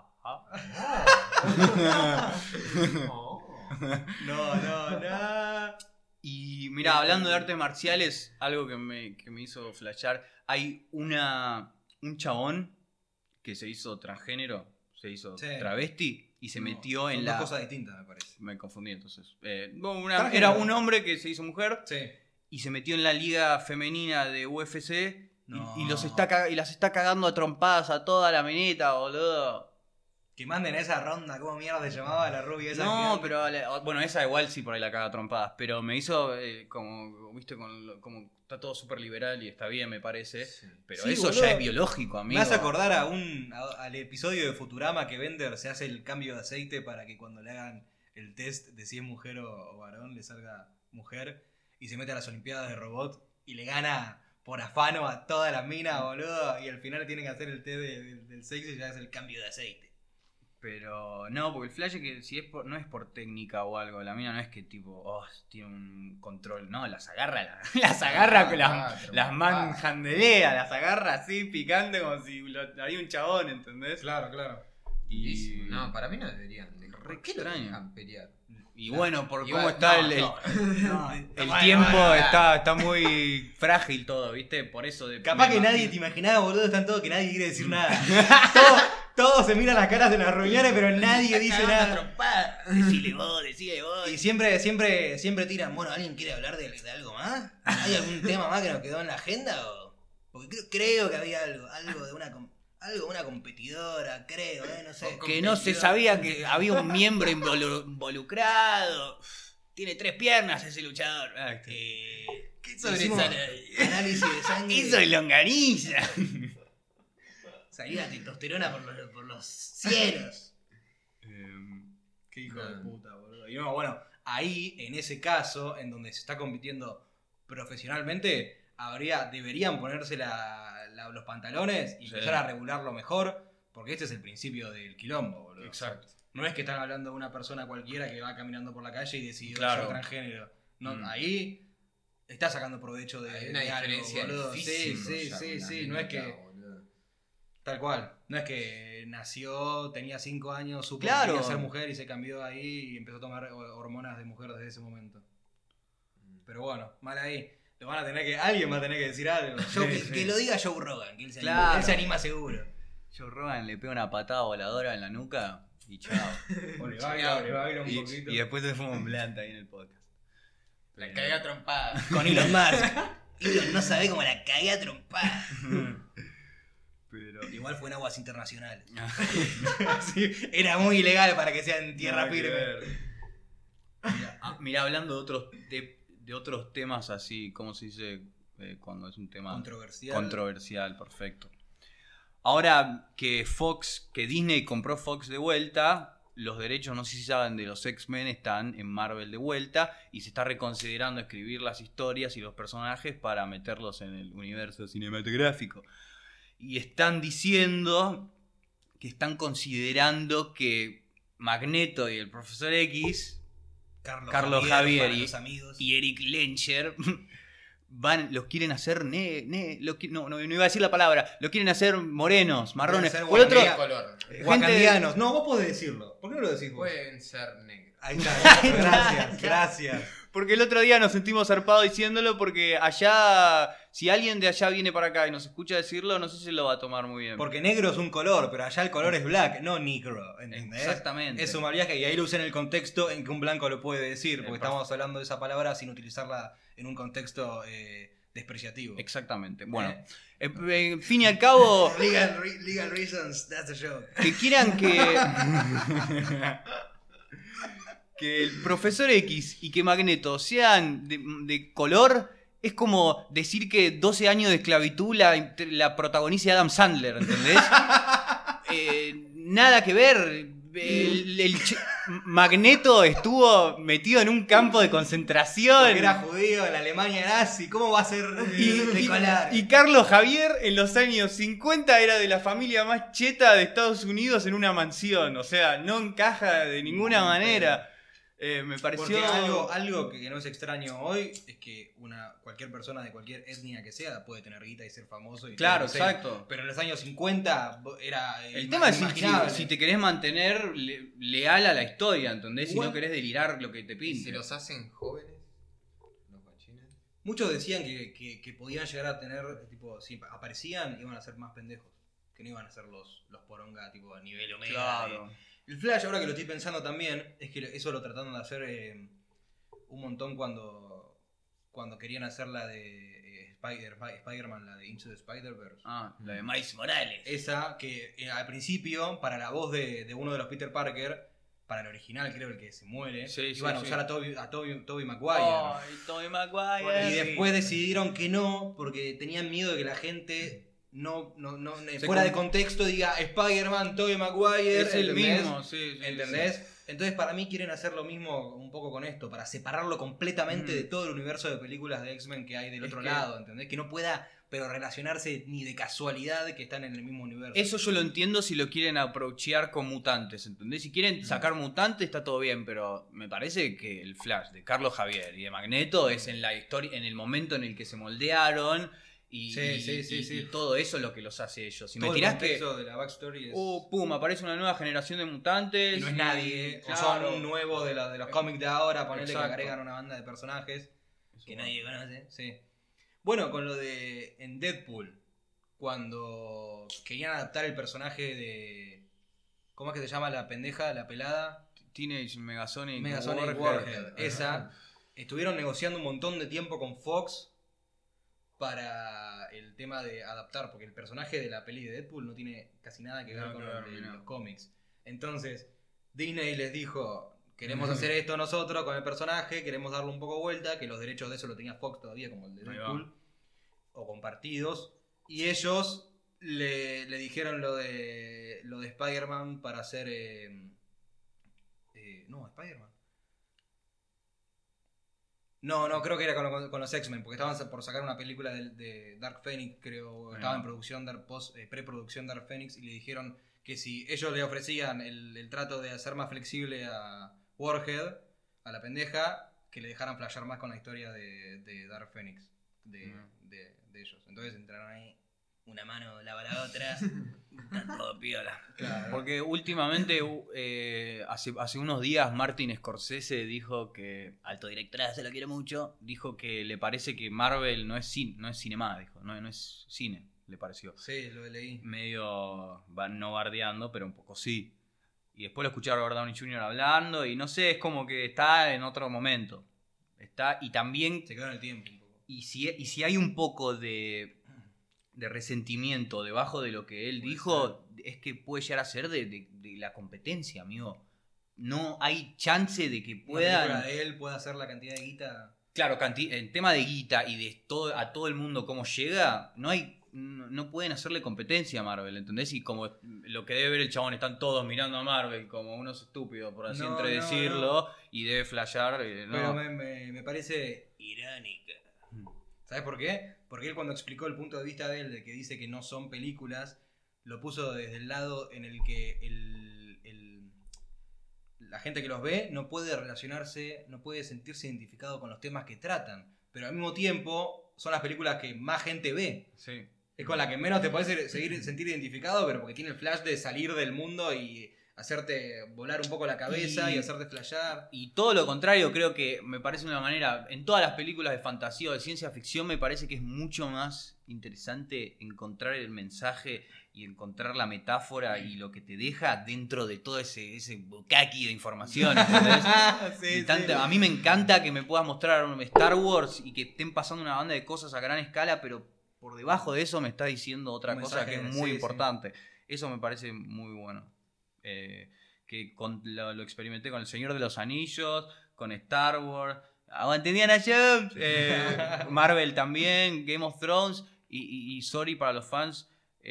No. Y mira, hablando de artes marciales, algo que me hizo flashear, hay un chabón que se hizo transgénero, se hizo travesti y se metió en dos cosas distintas, me parece. Me confundí entonces. Era un hombre que se hizo mujer y se metió en la liga femenina de UFC y las está cagando a trompadas a toda la minita, boludo. Que manden a esa ronda, ¿cómo mierda se llamaba la rubia esa? No, pero bueno, esa igual sí por ahí la caga a trompadas, pero me hizo como, viste, como está todo súper liberal y está bien, me parece, pero eso boludo, ya es biológico, amigo. Me vas a acordar al episodio de Futurama que Bender se hace el cambio de aceite para que cuando le hagan el test de si es mujer o varón le salga mujer y se mete a las Olimpiadas de Robot y le gana por afano a toda la mina, boludo, y al final tienen que hacer el test del sexo y ya es el cambio de aceite. Pero no, porque el flash es que si no es por técnica o algo, la mina no es que tipo, tiene un control, no, las agarra las manjandelea, las agarra así picante como si había un chabón, ¿entendés? Claro. Y no, para mí no deberían. Re ¿Por qué lo extraño. dejan pelear? Y bueno, por Igual, cómo está el tiempo está muy frágil todo, ¿viste? Por eso capaz que nadie te imaginaba, boludo, están todos que nadie quiere decir nada. Todos se miran las caras en las reuniones, pero nadie dice nada. Decile vos. Y siempre tiran, bueno, ¿alguien quiere hablar de algo más? ¿Hay algún tema más que nos quedó en la agenda? Porque creo que había algo de una competidora, creo, no sé. Que no se sabía que había un miembro involucrado. Tiene 3 piernas ese luchador. ¿Qué sobresale? Análisis de sangre. Eso es longaniza. Salía testosterona por los cielos. Qué hijo de puta, boludo. Y no, bueno, ahí, en ese caso, en donde se está compitiendo profesionalmente, deberían ponerse los pantalones y empezar a regularlo mejor, porque este es el principio del quilombo, boludo. Exacto. No es que están hablando de una persona cualquiera que va caminando por la calle y decidió ser transgénero. No, ahí está sacando provecho de una diferencia algo, boludo. Sí, Sí, no es que... Tal cual. No es que nació, tenía 5 años, supo que quería ser mujer y se cambió ahí y empezó a tomar hormonas de mujer desde ese momento. Pero bueno, mal ahí. Alguien va a tener que decir algo. Que lo diga Joe Rogan, que él se anima seguro. Joe Rogan le pega una patada voladora en la nuca y chao. Le va a ir un poquito. Y después se fuma un blunt ahí en el podcast. La cagué a trompada. Con Elon Musk. Elon no sabe cómo la cagué a trompada. Pero... Igual fue en aguas internacionales. Sí, era muy ilegal para que sea en tierra firme. Mira, hablando de otros temas así, ¿cómo se dice? Cuando es un tema controversial, perfecto. Ahora que Disney compró Fox de vuelta, los derechos, no sé si saben, de los X-Men están en Marvel de vuelta y se está reconsiderando escribir las historias y los personajes para meterlos en el universo cinematográfico. Y están diciendo que están considerando que Magneto y el Profesor X, Carlos Javier y Eric Lencher los quieren hacer no iba a decir la palabra, lo quieren hacer morenos, marrones. Ser Por otro, color. Wakandianos. No, vos podés decirlo. ¿Por qué no lo decís vos? Pueden ser negros. Ahí está. Gracias. porque el otro día nos sentimos zarpados diciéndolo, porque allá, si alguien de allá viene para acá y nos escucha decirlo, no sé si lo va a tomar muy bien. Porque negro es un color, pero allá el color es black, no negro, ¿entendés? Exactamente. Es un mal viaje y ahí lo usé en el contexto en que un blanco lo puede decir, porque Perfecto. estamos hablando de esa palabra sin utilizarla en un contexto despreciativo. Exactamente. Bueno, en fin y al cabo, Legal reasons, that's the show. que quieran que el Profesor X y que Magneto sean de color es como decir que 12 años de esclavitud la protagoniza Adam Sandler, ¿entendés? Nada que ver. Magneto estuvo metido en un campo de concentración. Porque era judío en la Alemania nazi, ¿cómo va a ser de color? Y Carlos Javier en los años 50 era de la familia más cheta de Estados Unidos en una mansión. O sea, no encaja de ninguna manera. Me pareció... Porque algo que no es extraño hoy es que cualquier persona de cualquier etnia que sea puede tener guita y ser famoso. Y Claro, todo lo que sea. exacto. Pero en los años 50 era El tema es inimaginable. si te querés mantener leal a la historia, ¿entendés? Si Igual- no querés delirar lo que te ¿Y pinte. si los hacen jóvenes? ¿Los guachines? Muchos decían que podían llegar a tener, tipo, si aparecían, iban a ser más pendejos. Que no iban a ser los poronga, tipo, a nivel omega. Claro. El Flash, ahora que lo estoy pensando también, es que eso lo trataron de hacer un montón cuando querían hacer la de Spider-Man, la de Into the Spider-Verse. Ah, la de Miles Morales. Esa que al principio, para la voz de uno de los Peter Parker, para el original creo el que se muere, Sí, sí, iban a sí. usar a Tobey Maguire. Ay, Tobey Maguire. Y después decidieron que no, porque tenían miedo de que la gente no Se fuera de con- contexto diga Spider-Man, Tobey Maguire. Es el ¿entendés? mismo, sí. ¿Entendés? Sí. Entonces para mí quieren hacer lo mismo un poco con esto, para separarlo completamente Mm. de todo el universo de películas de X-Men que hay del Es otro que- lado, ¿entendés? Que no pueda, pero relacionarse ni de casualidad que están en el mismo universo. Eso yo lo entiendo si lo quieren approachear con mutantes, ¿entendés? Si quieren sacar mutantes está todo bien, pero me parece que el Flash de Carlos Javier y de Magneto es en la historia, en el momento en el que se moldearon y, y todo eso es lo que los hace ellos. Si Todo me el tirás que contexto de la backstory es... pum, aparece una nueva generación de mutantes y no es nadie, o claro. son un nuevo de los cómics de ahora, ponerle que Exacto. agregan una banda de personajes que bueno. nadie conoce. Sí. Bueno, con lo de en Deadpool, cuando querían adaptar el personaje de... ¿Cómo es que se llama la pendeja, la pelada? Teenage Megasonic Megasonic Warhead. Esa. Estuvieron negociando un montón de tiempo con Fox para el tema de adaptar, porque el personaje de la peli de Deadpool no tiene casi nada que ver Nada con que lo ver, de mirá. los cómics. Entonces, Disney les dijo, queremos hacer esto nosotros con el personaje, queremos darle un poco vuelta, que los derechos de eso lo tenía Fox todavía, como el de Ahí Deadpool, o compartidos, y ellos le dijeron lo de Spider-Man para hacer... no, Spider-Man. No, creo que era con los X-Men, porque estaban por sacar una película de Dark Phoenix, creo. Estaba en producción, preproducción Dark Phoenix, y le dijeron que si ellos le ofrecían el trato de hacer más flexible a Warhead, a la pendeja, que le dejaran flashear más con la historia de Dark Phoenix, de ellos. Entonces entraron ahí, una mano lava la otra, está todo piola. Claro. Porque últimamente, hace unos días, Martin Scorsese dijo que, alto directora, se lo quiere mucho, dijo que le parece que Marvel no es cinema, dijo, no es cine, le pareció. Sí, lo leí. Medio no bardeando, pero un poco sí. Y después lo escuché a Robert Downey Jr. hablando y no sé, es como que está en otro momento. Y también... Se quedó en el tiempo un poco. Y si hay un poco de resentimiento debajo de lo que él dijo, es que puede llegar a ser de la competencia, amigo. No hay chance de que Una puedan... película de él pueda hacer la cantidad de guita. Claro, en tema de guita y de a todo el mundo cómo llega, no hay no pueden hacerle competencia a Marvel, ¿entendés? Y como lo que debe ver el chabón, están todos mirando a Marvel como unos estúpidos, por así decirlo, y debe flashear. Pero me parece irónica. ¿Sabes por qué? Porque él cuando explicó el punto de vista de él, de que dice que no son películas, lo puso desde el lado en el que la gente que los ve no puede relacionarse, no puede sentirse identificado con los temas que tratan. Pero al mismo tiempo son las películas que más gente ve. Sí. Es con la que menos te podés sentir identificado, pero porque tiene el flash de salir del mundo y hacerte volar un poco la cabeza y hacerte flashear. Y todo lo contrario, creo que me parece una manera, en todas las películas de fantasía o de ciencia ficción, me parece que es mucho más interesante encontrar el mensaje y encontrar la metáfora y lo que te deja dentro de todo ese bukkake de información, ¿entendés? Sí. A mí me encanta que me puedas mostrar Star Wars y que estén pasando una banda de cosas a gran escala, pero por debajo de eso me está diciendo otra cosa que es muy importante. Eso me parece muy bueno. Que lo experimenté con El Señor de los Anillos, con Star Wars, aguante Indiana Jones, Marvel también, Game of Thrones y sorry para los fans,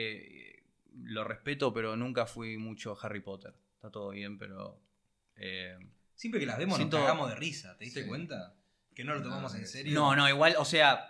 lo respeto, pero nunca fui mucho Harry Potter. Está todo bien, pero siempre que las vemos nos cagamos de risa, ¿te diste cuenta? Que no lo tomamos en serio. No, igual, o sea,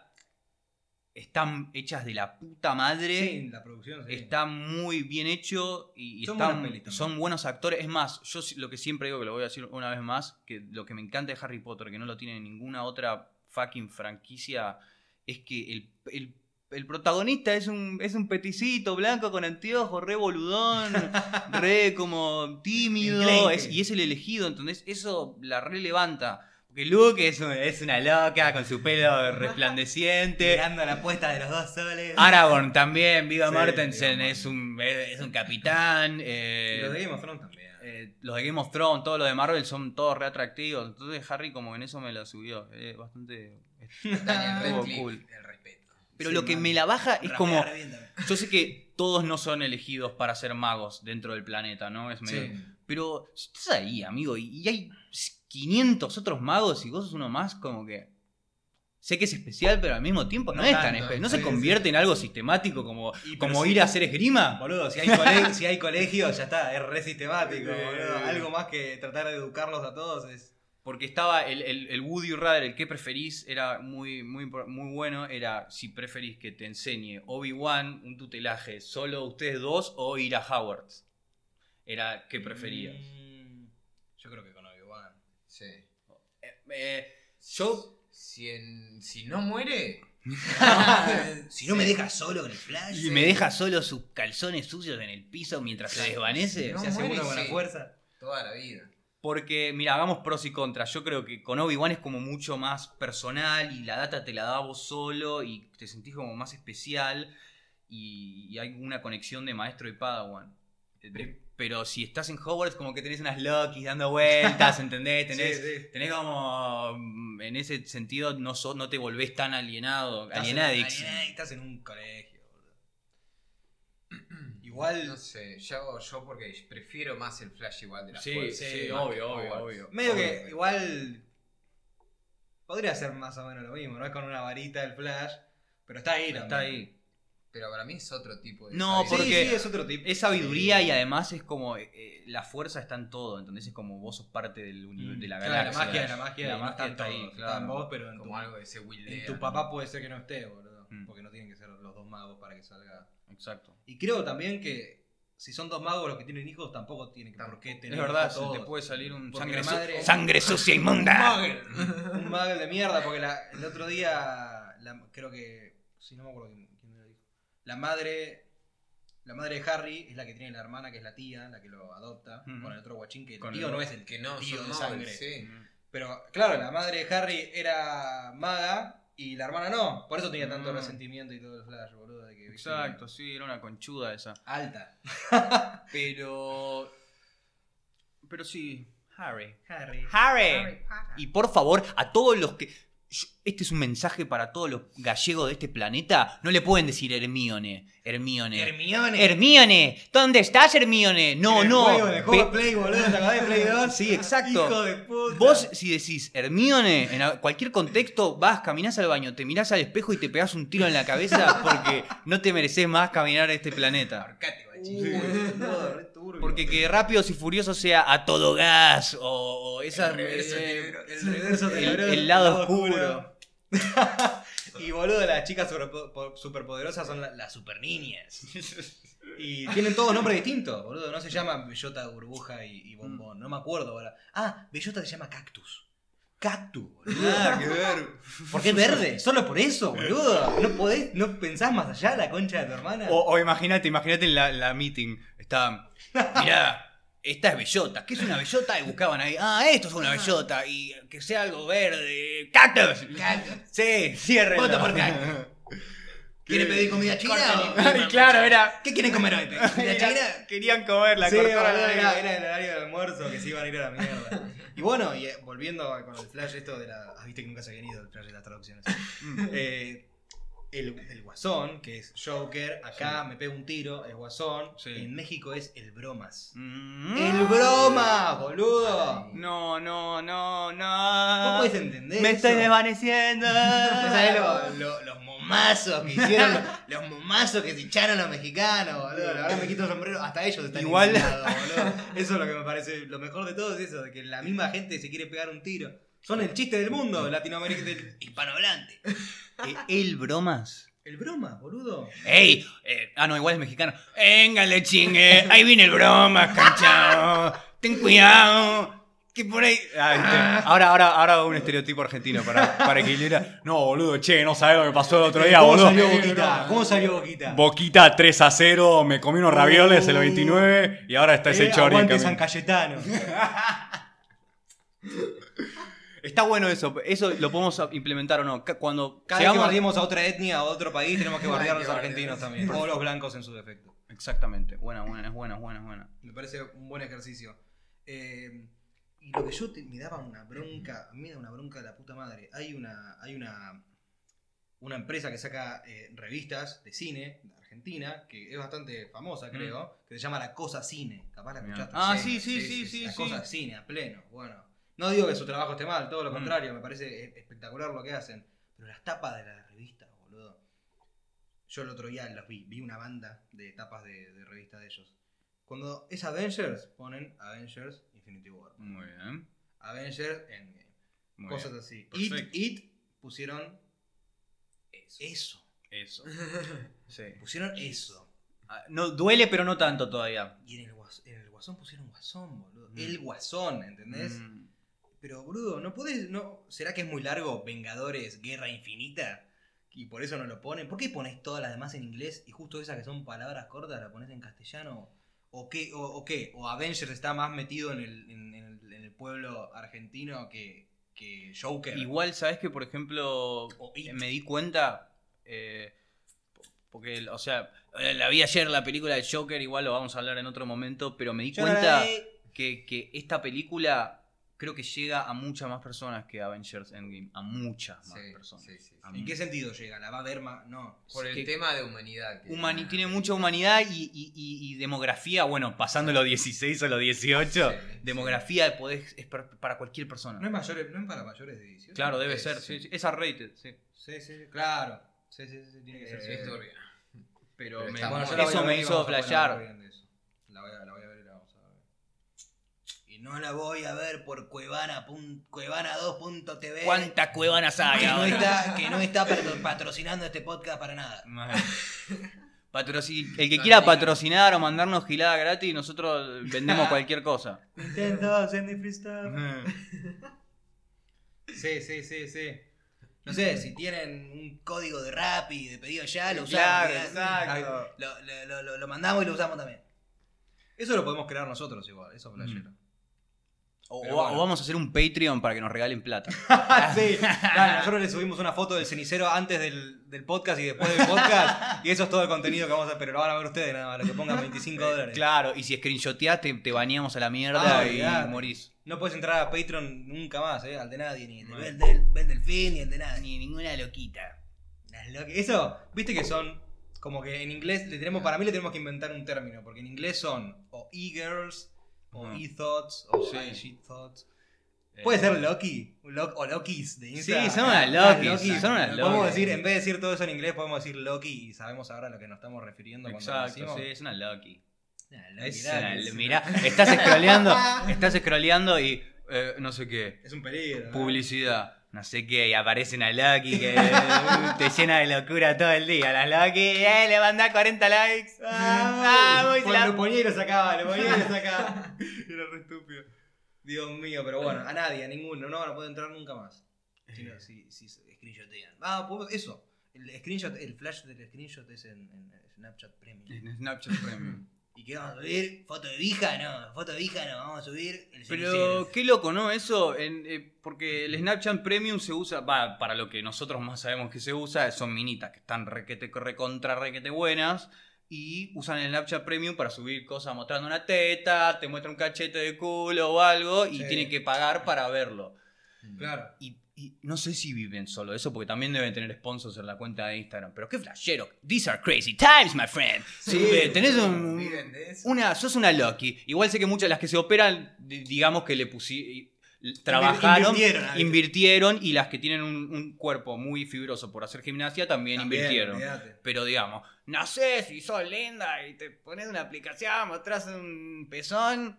están hechas de la puta madre. Sí, la producción sí. Está muy bien hecho y son buenos actores. Es más, yo lo que siempre digo, que lo voy a decir una vez más, que lo que me encanta de Harry Potter, que no lo tiene ninguna otra fucking franquicia, es que el protagonista es un peticito blanco con anteojos, re boludón, re como tímido, y es el elegido, ¿entendés? Eso la re levanta. Porque Luke es una loca con su pelo resplandeciente. Mirando la puesta de los dos soles. Aragorn también, Viggo Mortensen es un capitán. Y los de Game of Thrones también. Los de Game of Thrones, todos los de Marvel son todos re atractivos. Entonces Harry como en eso me la subió. Bastante cool. El respeto. Pero lo que me la baja es como... Yo sé que todos no son elegidos para ser magos dentro del planeta, ¿no? Es medio... Sí. Pero estás ahí, amigo, y hay 500 otros magos y vos sos uno más, como que... Sé que es especial, pero al mismo tiempo no es tan especial. ¿No se convierte en algo sistemático como ir a hacer esgrima? Boludo, si hay colegio, ya está, es re sistemático, boludo. Algo más que tratar de educarlos a todos es... Porque estaba el Would You Rather, el que preferís, era muy, muy, muy bueno. Era si preferís que te enseñe Obi-Wan un tutelaje solo ustedes dos o ir a Hogwarts. Era qué preferías. Yo creo que con Obi-Wan. Sí. Yo... Si no muere... Si no me deja solo con el flash. Y me deja solo sus calzones sucios en el piso mientras se desvanece. No se hace muere, uno con la fuerza. Toda la vida. Porque, mira, hagamos pros y contras. Yo creo que con Obi-Wan es como mucho más personal y la data te la da vos solo y te sentís como más especial y hay una conexión de maestro y Padawan. Pero si estás en Hogwarts como que tenés unas Lokis dando vueltas, ¿entendés? Tenés como... En ese sentido no te volvés tan alienadix. Estás en un colegio, boludo. Igual... No sé, yo porque prefiero más el flash igual de las Sí, fuerzas. sí, obvio. Medio que igual... Podría ser más o menos lo mismo, no es con una varita el flash, pero está ahí también. Está ahí. Pero para mí es otro tipo de No, sabiduría. porque sí, es otro tipo. Es sabiduría y además es como la fuerza está en todo, entonces es como vos sos parte de la Claro, galaxia. la magia no está está ahí, todo, claro. está en vos, pero en Como algo de ese Will en Lea, tu ¿no? papá puede ser que no esté, boludo. Porque no tienen que ser los dos magos para que salga. Exacto. Y creo también que si son dos magos los que tienen hijos, tampoco tienen por qué tener Es verdad, hijos todos. te puede salir un Porque sangre sucia inmunda. Un mago de mierda, porque el otro día, creo que, si no me acuerdo quién me lo dijo, la madre de Harry es la que tiene la hermana, que es la tía, la que lo adopta, con el otro guachín, que el tío no es el que no tío son de nobles, sangre. sí. Pero claro, la madre de Harry era maga y la hermana no, por eso tenía tanto resentimiento y todo el flash, boludo. De que, Exacto, sí, era una conchuda esa. Alta. Pero sí, Harry. Harry Y por favor, a todos los que... Este es un mensaje para todos los gallegos de este planeta. No le pueden decir Hermione. Hermione, ¿dónde estás, Hermione? No, no. En el juego de Play, boludo, ¿te acordás de Play 2? Sí, exacto. Hijo de puta. Vos, si decís Hermione, en cualquier contexto, caminás al baño, te mirás al espejo y te pegás un tiro en la cabeza porque no te mereces más caminar a este planeta. Arcate, guachín. Porque que Rápidos y Furiosos sea a todo gas o esa, el lado oscuro. Y boludo, las chicas superpoderosas son las super niñas. Y tienen todos nombres distintos, boludo. No se llaman Bellota, Burbuja y Bombón. No me acuerdo ahora. Bellota se llama Cactus. Boludo. Nada que ver. Porque es verde. Solo por eso, boludo. No pensás más allá, la concha de tu hermana. O imagínate en la meeting. Mirá. Esta es bellota. ¿Qué es una bellota? Y buscaban ahí. Esto es una bellota. Y que sea algo verde. ¡Cactus! Sí, cierre. Voto por cactus. ¿Quieren pedir comida china? Y claro, era. ¿Qué quieren comer hoy? ¿Comida china? Querían comer la Sí, cortada. era el horario del almuerzo que se iban a ir a la mierda. Y bueno, volviendo con el flash esto de la... viste que nunca se habían ido el flash de las traducciones. El Guasón, que es Joker, acá me pega un tiro, es Guasón. Sí. En México es el Bromas. ¡El Bromas, boludo! No. ¿Vos podés entender Me eso? estoy desvaneciendo. ¿Sabés los momazos que hicieron? Los momazos que se echaron los mexicanos, boludo. La verdad me quito el sombrero. Hasta ellos están Igual. indignados, boludo. Eso es lo que me parece lo mejor de todo, es eso, de que la misma gente se quiere pegar un tiro. Son el chiste del mundo, Latinoamérica, del hispanohablante. ¿El Bromas? El Bromas, boludo. ¡Ey! No, igual es mexicano. ¡Éngale, chingue! Ahí viene el Bromas, canchao. Ten cuidado. Que por ahí. Ahora hago un estereotipo argentino para equilibrar. No, boludo, no sabés lo que pasó el otro día, ¿Cómo boludo. salió Boquita? ¿Cómo salió Boquita? Boquita 3-0, me comí unos ravioles el 29 y ahora está ese chori. Aguante San Cayetano. Está bueno eso lo podemos implementar o no. Cuando Cada vez que bardeemos a otra etnia, a otro país, tenemos que bardear a los argentinos también. O los blancos en su defecto. Exactamente. Buena. Me parece un buen ejercicio. Y lo que me daba una bronca, a mí me da una bronca de la puta madre. Hay una empresa que saca revistas de cine de Argentina, que es bastante famosa, creo, que se llama La Cosa Cine. Capaz la escuchaste. Sí. La Cosa Cine, a pleno. Bueno, no digo que su trabajo esté mal, todo lo contrario, me parece espectacular lo que hacen. Pero las tapas de las revistas, boludo. Yo el otro día los vi una banda de tapas de revista de ellos. Cuando es Avengers, ponen Avengers Infinity War. Muy bien. Avengers Endgame. Muy Cosas bien. así. Perfecto. It pusieron eso. Sí. Pusieron eso. No, duele, pero no tanto todavía. Y en el Guasón pusieron Guasón, boludo. El Guasón, ¿entendés? Pero, boludo, no podés... ¿Será que es muy largo Vengadores Guerra Infinita? Y por eso no lo ponen. ¿Por qué pones todas las demás en inglés y justo esas que son palabras cortas la pones en castellano? ¿O qué? ¿O Avengers está más metido en el pueblo argentino que Joker? Igual, ¿sabes que por ejemplo me di cuenta? Porque, o sea, la vi ayer la película de Joker, igual lo vamos a hablar en otro momento, pero me di cuenta que esta película creo que llega a muchas más personas que Avengers Endgame. A muchas más personas. Sí. ¿En qué sentido llega? ¿La va a ver más? No. Por el tema de humanidad. Tiene mucha humanidad y demografía, bueno, pasando los 16 o los 18, demografía es para cualquier persona. ¿No es para mayores de 18? Claro, debe ser, sí. Es R-rated, sí. Sí, claro. Sí, tiene que ser. Es turbia. Pero Eso me hizo flashear. La voy a ver y la vamos a ver. Y no la voy a ver por Cuevana2.tv. ¿Cuántas cuevanas hay ahora? Que no está patrocinando este podcast para nada. El que quiera patrocinar o mandarnos gilada gratis, nosotros vendemos cualquier cosa. Nintendo, send me free stuff. Sí. No sé, si tienen un código de Rappi, de pedido ya, lo usamos. Claro, exacto. Lo mandamos y lo usamos también. Eso lo podemos crear nosotros igual, eso es flashero. Pero bueno. O vamos a hacer un Patreon para que nos regalen plata. Sí, dale, nosotros le subimos una foto del cenicero antes del podcast y después del podcast. Y eso es todo el contenido que vamos a hacer. Pero lo van a ver ustedes nada más, lo que pongan $25. Claro, y si screenshoteás te baneamos a la mierda y olvidate. morís. No puedes entrar a Patreon nunca más, al de nadie, ni el de Bel Delfín, ni el de nadie. Ni ninguna loquita. Eso, viste que son como que en inglés para mí le tenemos que inventar un término, porque en inglés son o e-girls, o e-thoughts, o Sí. shit-thoughts. ¿Puede ser Loki? O Lokis de Insta. Sí, son unas Lokis, son unas Podemos Lokis. decir, en vez de decir todo eso en inglés, podemos decir Loki y sabemos ahora a lo que nos estamos refiriendo cuando lo Exacto, decimos. sí, es una Loki. Loki, Es dale, una- mirá, estás scrolleando y no sé qué. Es un peligro. ¿no? Publicidad, no sé qué, y aparece una Loki que te llena de locura todo el día. La Loki, le mandá 40 likes. Lo ponía y lo sacaba, Era re estúpido. Dios mío, pero bueno, a nadie, a ninguno, no van a poder entrar nunca más. Si screenshotean. Eso. El flash del screenshot es en Snapchat Premium. En Snapchat Premium. ¿Y qué vamos a subir? ¿Foto de vija? No, vamos a subir el Pero cenicero. qué loco, ¿no? Eso, porque el Snapchat Premium se usa, para lo que nosotros más sabemos que se usa, son minitas que están requete buenas y usan el Snapchat Premium para subir cosas mostrando una teta, te muestra un cachete de culo o algo y Sí. tienen que pagar para verlo. Claro. Y no sé si viven solo eso, porque también deben tener sponsors en la cuenta de Instagram. Pero qué flashero. These are crazy times, my friend. Sí, tenés viven de eso. sos una Loki. Igual sé que muchas de las que se operan, digamos que trabajaron, invirtieron, y las que tienen un cuerpo muy fibroso por hacer gimnasia también invirtieron. Olvídate. Pero digamos, no sé si sos linda y te pones una aplicación, mostrás un pezón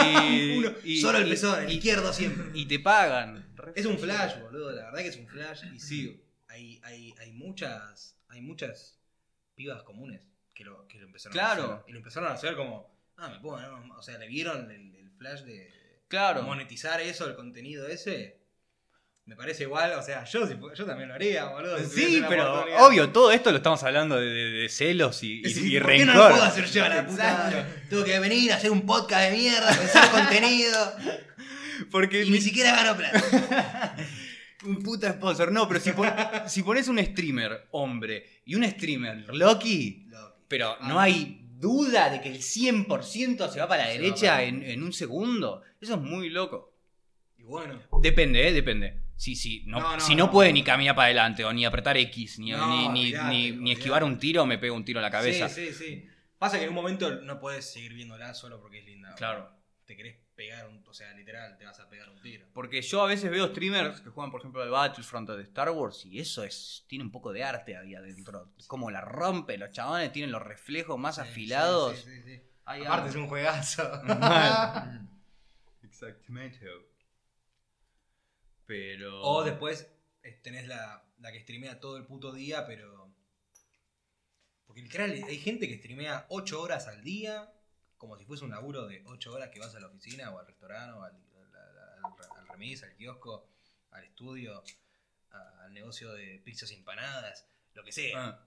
y Solo el pezón, el y- izquierdo siempre. y te pagan. Es un flash, boludo, la verdad que es un flash. Y sí, hay muchas pibas comunes que lo empezaron Claro. a hacer. Y lo empezaron a hacer como, me pongo, ¿no? O sea, le vieron el flash de Claro. monetizar eso, el contenido ese. Me parece igual, o sea, yo también lo haría, boludo. si tuviese Sí, la pero oportunidad. obvio, todo esto lo estamos hablando de celos y ¿Por qué no rencor. lo puedo hacer yo a la puta madre? Tengo que venir a hacer un podcast de mierda, pensar contenido. Porque Y ni siquiera gano plata. un puta sponsor. No, pero si pones un streamer hombre y un streamer Loki, pero no hay duda de que el 100% se va para la Se va derecha para- en un segundo. Eso es muy loco. Y bueno. Depende, depende. Si no puede ni caminar para adelante o ni apretar X, ni olvidate. esquivar un tiro, me pega un tiro a la cabeza. Sí. Pasa que en un momento no podés seguir viéndola solo porque es linda. Claro. Te querés pegar o sea, literal, te vas a pegar un tiro. Porque yo a veces veo streamers que juegan, por ejemplo, al Battlefront de Star Wars y eso tiene un poco de arte ahí adentro. Como la rompe, los chabones tienen los reflejos más afilados. Sí. Hay Aparte algo. es un juegazo. Mal. Exactamente. Pero. O después tenés la que streamea todo el puto día, pero... Porque literal hay gente que streamea 8 horas al día, como si fuese un laburo de 8 horas que vas a la oficina o al restaurante o al remis, al kiosco, al estudio, al negocio de pizzas y empanadas, lo que sea.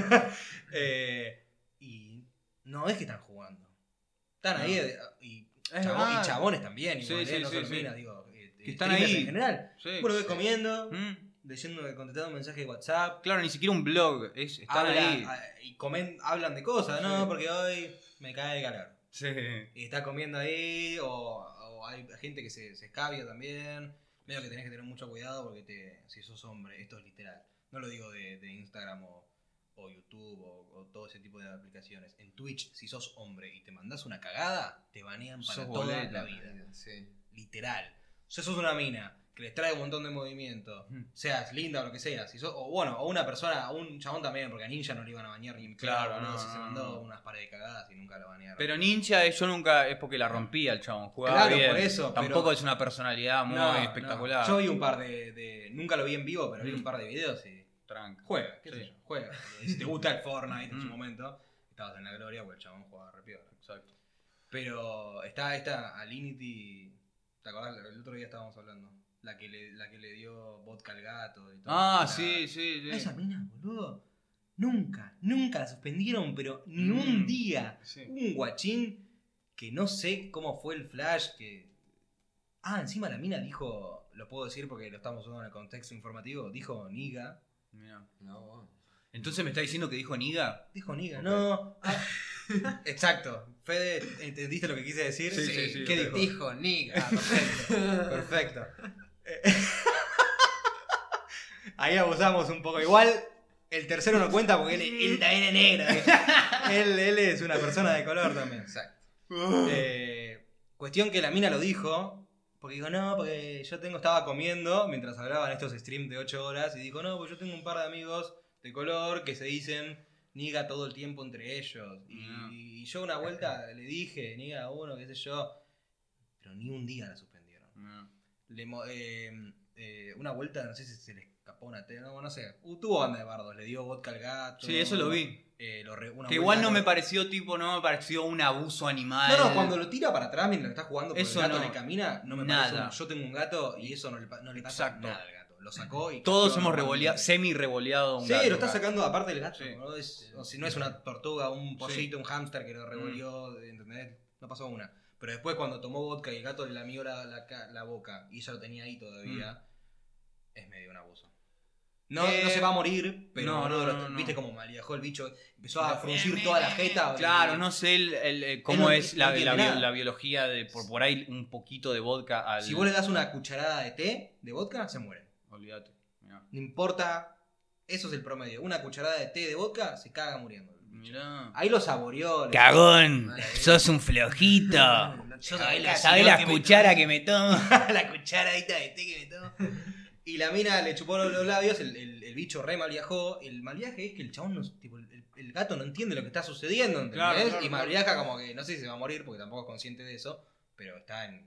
Y no es que están jugando. Están ahí y chabones también, igual, Sí, no sí, solo sí. minas, digo. Que están streamers ahí. en general. Sí, Bueno, sí. comiendo, Mm. leyendo, contestando un mensaje de WhatsApp. Claro, ni siquiera un blog. Están ahí. Y hablan de cosas, ¿no? Sí. Porque hoy me cae de calor. Sí. Y está comiendo ahí, o hay gente que se escabia también. Medio que tenés que tener mucho cuidado porque si sos hombre, esto es literal. No lo digo de Instagram o YouTube o todo ese tipo de aplicaciones. En Twitch, si sos hombre y te mandás una cagada, te banean para Sos toda boleta. la vida. Sí. Literal. O sea, sos una mina que les trae un montón de movimiento, Mm. seas linda o lo que sea, o una persona, o un chabón también, porque a Ninja no le iban a bañar ni en pedo, Claro, boludo, no, si se no, mandó no. unas pares de cagadas y nunca lo banearon. Pero Ninja yo nunca, es porque la rompía el chabón, jugaba Claro, bien. por eso, Tampoco pero- es una personalidad muy No, espectacular. no. Yo vi un par nunca lo vi en vivo, pero vi un par de videos y Tranca. juega, qué sé Sí. yo, juega. Y si te gusta el Fortnite en su Mm. momento, estabas en la gloria porque el chabón jugaba re piola. Exacto. Pero está esta Alinity, ¿te acordás? El otro día estábamos hablando. La que le dio vodka al gato y todo. Ah, La- sí. A esa mina, boludo. Nunca la suspendieron, pero ni Mm. un día. Sí. Un guachín que no sé cómo fue el flash, que Encima la mina dijo, lo puedo decir porque lo estamos usando en el contexto informativo, dijo niga. Mirá. No, bueno. Entonces me está diciendo que dijo niga. Dijo niga, Ok. no. Exacto. Fede, ¿entendiste lo que quise decir? Sí. ¿Qué dijo? Dijo niga. Perfecto. Perfecto. Ahí abusamos un poco. Igual el tercero no cuenta porque él también es negro. Él es una persona de color también. Exacto. Cuestión que la mina lo dijo. Porque dijo, no, porque yo estaba comiendo mientras hablaban estos streams de 8 horas. Y dijo, no, pues yo tengo un par de amigos de color que se dicen niga todo el tiempo entre ellos. Y yo una vuelta le dije, niga a uno, qué sé yo. Pero ni un día la suspendieron. Una vuelta, no sé si se le escapó una tela, no sé. Tuvo banda de bardos, le dio vodka al gato. Sí, eso lo vi. Una Que igual no vuelta me pareció un abuso animal. No, cuando lo tira para atrás mientras está jugando porque Eso el gato no. le camina, no me Nada. parece. Yo tengo un gato y eso no le pasa Exacto. nada al gato. Lo sacó y Todos cayó hemos normalmente. semi-revoleado un Sí, gato. lo está sacando aparte del gato. Sí. ¿no? O si no es una tortuga, un pollito, un hámster que lo revolvió, ¿entendés? No pasó una. Pero después cuando tomó vodka y el gato le lamió la boca y ella lo tenía ahí todavía, es medio un abuso. No se va a morir, pero no. viste como mal viajó el bicho, empezó a fruncir toda la jeta. Claro, no sé cómo no- es no entiende nada. la biología de por ahí un poquito de vodka al... Si vos le das una cucharada de té, de vodka, se mueren. Olvídate. Mirá. No importa, eso es el promedio. Una cucharada de té de vodka, se caga muriendo. Mirá. Ahí lo saboreó. le- Cagón, Vale. sos un flojito. ¿Sabés la cuchara que me tomo? La cucharadita de té que me tomo. Y la mina le chupó los labios, el bicho re mal viajó. El mal viaje es que el chabón, tipo, el gato no entiende lo que está sucediendo, ¿entendés? Claro, y mal viaja como que, no sé si se va a morir porque tampoco es consciente de eso, pero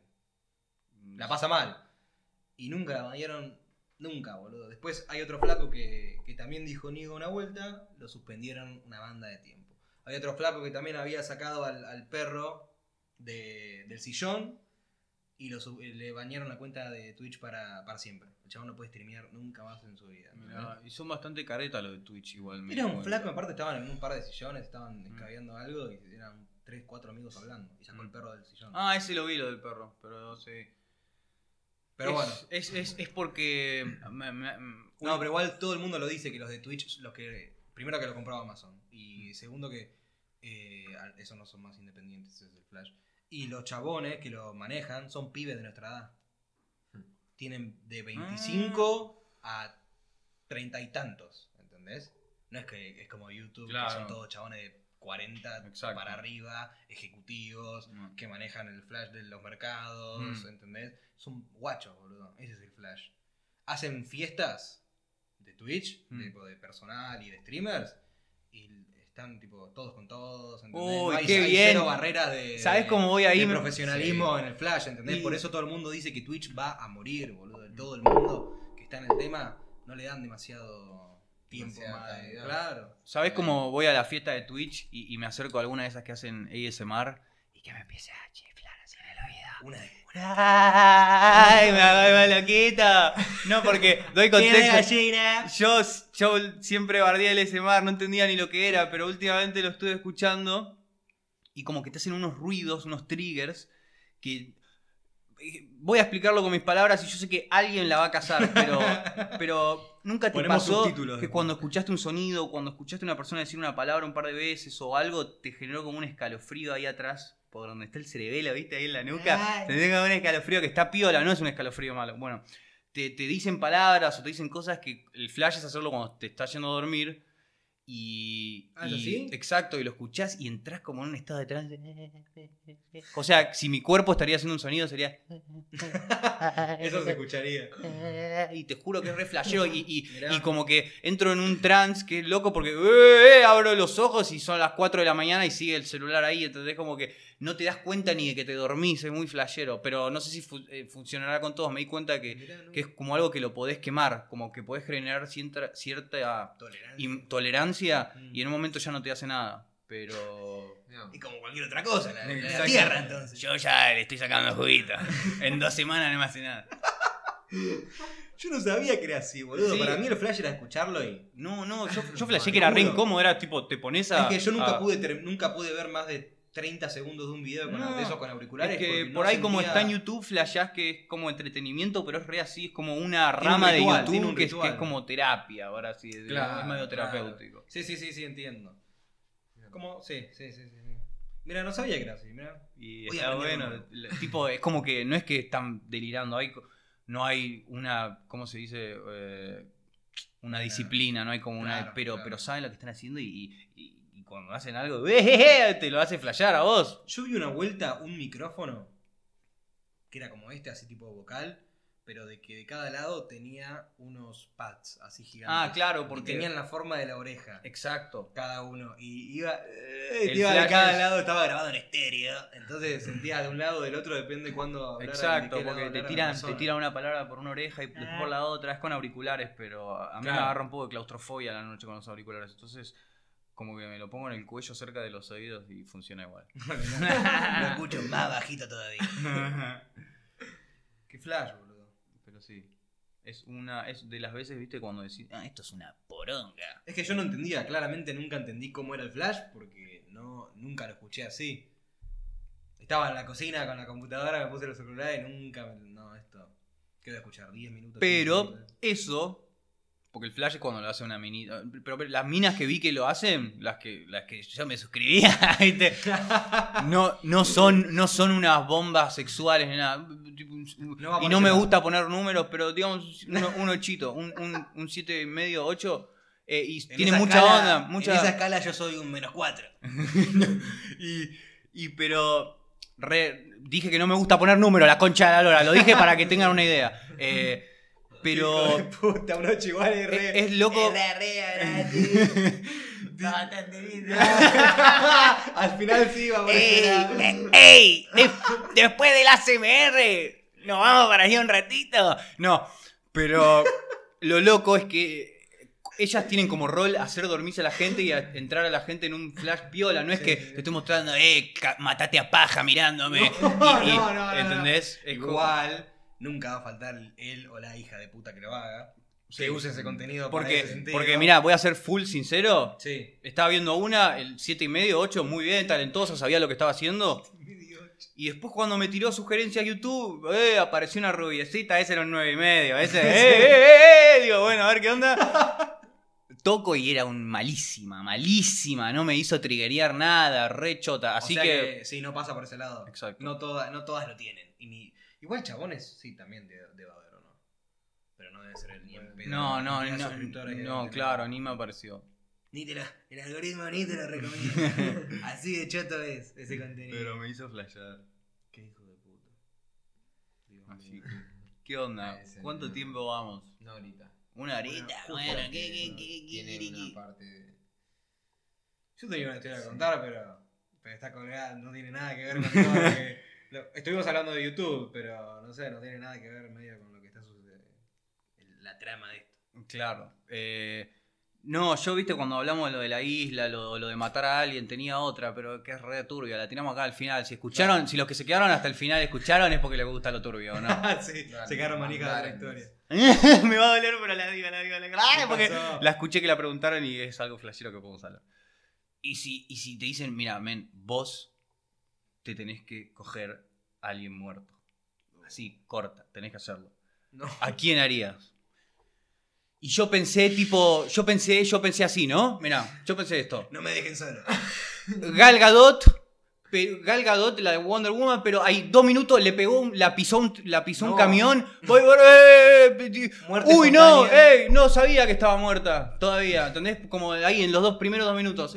la pasa mal. Y nunca la bañaron, nunca, boludo. Después hay otro flaco que también dijo niga una vuelta, lo suspendieron una banda de tiempo. Hay otro flaco que también había sacado al perro del sillón y le bañaron la cuenta de Twitch para siempre. El chabón no puede streamear nunca más en su vida. Mirá, y son bastante caretas los de Twitch igual. me Era un doy flaco, cuenta. aparte estaban en un par de sillones, estaban escabeando algo y eran 3, 4 amigos hablando. Y sacó el perro del sillón. Ah, ese lo vi, lo del perro, pero no sé. Pero bueno. Es porque... No, pero igual todo el mundo lo dice que los de Twitch, primero que lo compraba Amazon. Y segundo que esos no son más independientes, ese es el Flash. Y los chabones que lo manejan son pibes de nuestra edad. Tienen de 25 a 30 y tantos, ¿entendés? No es que es como YouTube, Claro. que son todos chabones de 40 Exacto. para arriba, ejecutivos, que manejan el Flash de los mercados, ¿entendés? Son guachos, boludo. Ese es el Flash. Hacen fiestas de Twitch, tipo de personal y de streamers, y están tipo todos con todos, ¿entendés? Uy, No hay, qué hay bien. cero barrera de... ¿Sabés cómo voy ahí? de profesionalismo en el Flash, ¿entendés? Y- Por eso todo el mundo dice que Twitch va a morir, boludo. Todo el mundo que está en el tema no le dan demasiado tiempo Demasiada más. calidad. Claro. ¿Sabés cómo voy a la fiesta de Twitch y me acerco a alguna de esas que hacen ASMR y que me empiece a chiflar así en el oído? Una de... ¡Ay, me hago loquita! No, porque doy contexto. gallina! Yo siempre bardeé el ASMR, no entendía ni lo que era, pero últimamente lo estuve escuchando y como que te hacen unos ruidos, unos triggers que... Voy a explicarlo con mis palabras y yo sé que alguien la va a cazar, pero nunca te Ponemos pasó subtítulos que después. cuando escuchaste un sonido, cuando escuchaste a una persona decir una palabra un par de veces o algo, te generó como un escalofrío ahí atrás, por donde está el cerebelo, ¿viste? Ahí en la nuca. Ay. Te tenga un escalofrío que está piola, no es un escalofrío malo. Bueno, te dicen palabras o te dicen cosas que el flash es hacerlo cuando te estás yendo a dormir. ¿Es así? Exacto, y lo escuchás y entras como en un estado de trance. O sea, si mi cuerpo estaría haciendo un sonido sería... Eso se escucharía. Y te juro que es re flashero Mirá. y como que entro en un trance que es loco porque abro los ojos y son las 4 de la mañana y sigue el celular ahí, entonces como que no te das cuenta ni de que te dormís, es muy flashero, pero no sé si funcionará con todos, me di cuenta que es como algo que lo podés quemar, como que podés generar cierta intolerancia y en un momento ya no te hace nada, pero... No. Y como cualquier otra cosa, la Exacto. Tierra entonces. Yo ya le estoy sacando juguito, en 2 semanas no me hace nada. Yo no sabía que era así, boludo. Sí. Para mí el Flash era escucharlo y... No, yo flashé que era re incómodo, era tipo, te pones a... Es que yo nunca a- pude ver más de 30 segundos de un video No, de esos con auriculares. Es que porque no por ahí como sentía- está en YouTube, flashás que es como entretenimiento, pero es re así, es como una Tiene un rama ritual, de tiene YouTube un que es ritual. como terapia, ahora sí, Claro, es medio claro. terapéutico. Sí, entiendo. Como, sí. Mira, no sabía que era así, mira. Y Voy a está aprender bueno, uno. tipo, es como que no es que están delirando, no hay una, ¿cómo se dice? Una disciplina, no hay como una, Claro, pero claro. saben lo que están haciendo y cuando hacen algo, te lo hace flashear a vos. Yo vi una vuelta un micrófono que era como este, así tipo vocal, pero de que de cada lado tenía unos pads así gigantes. Ah, claro, Y porque tenían la forma de la oreja. exacto. Cada uno. Y iba El de flash cada es- lado, estaba grabado en estéreo. Entonces sentía de un lado o del otro, depende cuándo hablar. Exacto, de qué lado porque te hablara la tiran, persona. te tiran una palabra por una oreja y después por la otra, es con auriculares, pero a mí me Claro. agarra un poco de claustrofobia a la noche con los auriculares, entonces como que me lo pongo en el cuello cerca de los oídos y funciona igual. Lo escucho más bajito todavía. Qué flash, boludo. Pero sí, es de las veces, viste, cuando decís, esto es una poronga. Es que yo no entendía, claramente nunca entendí cómo era el flash porque nunca lo escuché así. Estaba en la cocina con la computadora, me puse los celulares y nunca. No, esto. ¿Qué voy a escuchar? 10 minutos. 15 Pero minutos. eso, porque el flash es cuando lo hace una minita, pero las minas que vi que lo hacen, las que yo me suscribía, ¿viste? No son unas bombas sexuales ni nada. No va por Y no ese me lado. gusta poner números, pero digamos un 8, un 7,5, 8. Y En tiene esa mucha escala- onda, mucha. En esa escala yo soy un -4. Pero dije que no me gusta poner números, la concha de la lora. Lo dije para que tengan una idea. Pero Hijo de puta, un 8 igual es re. es loco. Al final sí va por ese lado. ¡Ey! Después del ACMR, nos vamos para allá un ratito. No, pero lo loco es que ellas tienen como rol hacer dormirse a la gente y entrar a la gente en un flash piola. No es Sí, que sí. te estoy mostrando, matate a paja mirándome. No. ¿Entendés? Es como- Igual, nunca va a faltar él o la hija de puta que lo haga. Sí. Que use ese contenido para ese sentido. Porque mira, voy a ser full sincero. Sí. Estaba viendo una, el 7,5, 8, muy bien, talentosa, sabía lo que estaba haciendo. Y después cuando me tiró sugerencia a YouTube, apareció una rubiecita, ese era un 9,5. Ese, digo, bueno, a ver qué onda. Toco y era un malísima, no me hizo triggerear nada, re chota. Así O sea que sí, no pasa por ese lado. Exacto. No todas lo tienen. Igual chabones, sí, también debe haber, ¿o no? Pero no debe ser el ni en pedo. La cantidad de suscriptores que debe tener. claro, ni me apareció. El algoritmo ni te lo recomienda. Así de choto es ese contenido. me hizo flashear. Qué hijo de puta. Dios Así mío. que, ¿qué onda? Ese ¿Cuánto no. tiempo vamos? No ahorita. Una horita, bueno, Porque ¿qué? tiene una parte de... Yo tenía una historia que contar, pero está colgada, no tiene nada que ver con todo lo que... Estuvimos hablando de YouTube, pero no sé, no tiene nada que ver medio con lo que está sucediendo. La trama de esto. Claro. No, yo viste cuando hablamos de lo de la isla, lo de matar a alguien, tenía otra, pero que es re turbia, la tiramos acá al final. Si escucharon, si los que se quedaron hasta el final escucharon es porque les gusta lo turbio, ¿no? Sí, Dale, se quedaron manijas de la mandar, historia. Me va a doler, pero la digo. ¿Qué Porque pasó? la escuché que la preguntaron y es algo flashero que podemos hablar. Y si te dicen, mira, men, vos te tenés que coger a alguien muerto. Así, corta, tenés que hacerlo. No. ¿A quién harías? Y yo pensé así, ¿no? Mirá, yo pensé esto. No me dejen solo. Gal Gadot, la de Wonder Woman, pero hay 2 minutos, la pisó un No. camión. Muerte Uy, no, espontánea. no sabía que estaba muerta todavía, ¿entendés? Como ahí en los primeros 2 minutos.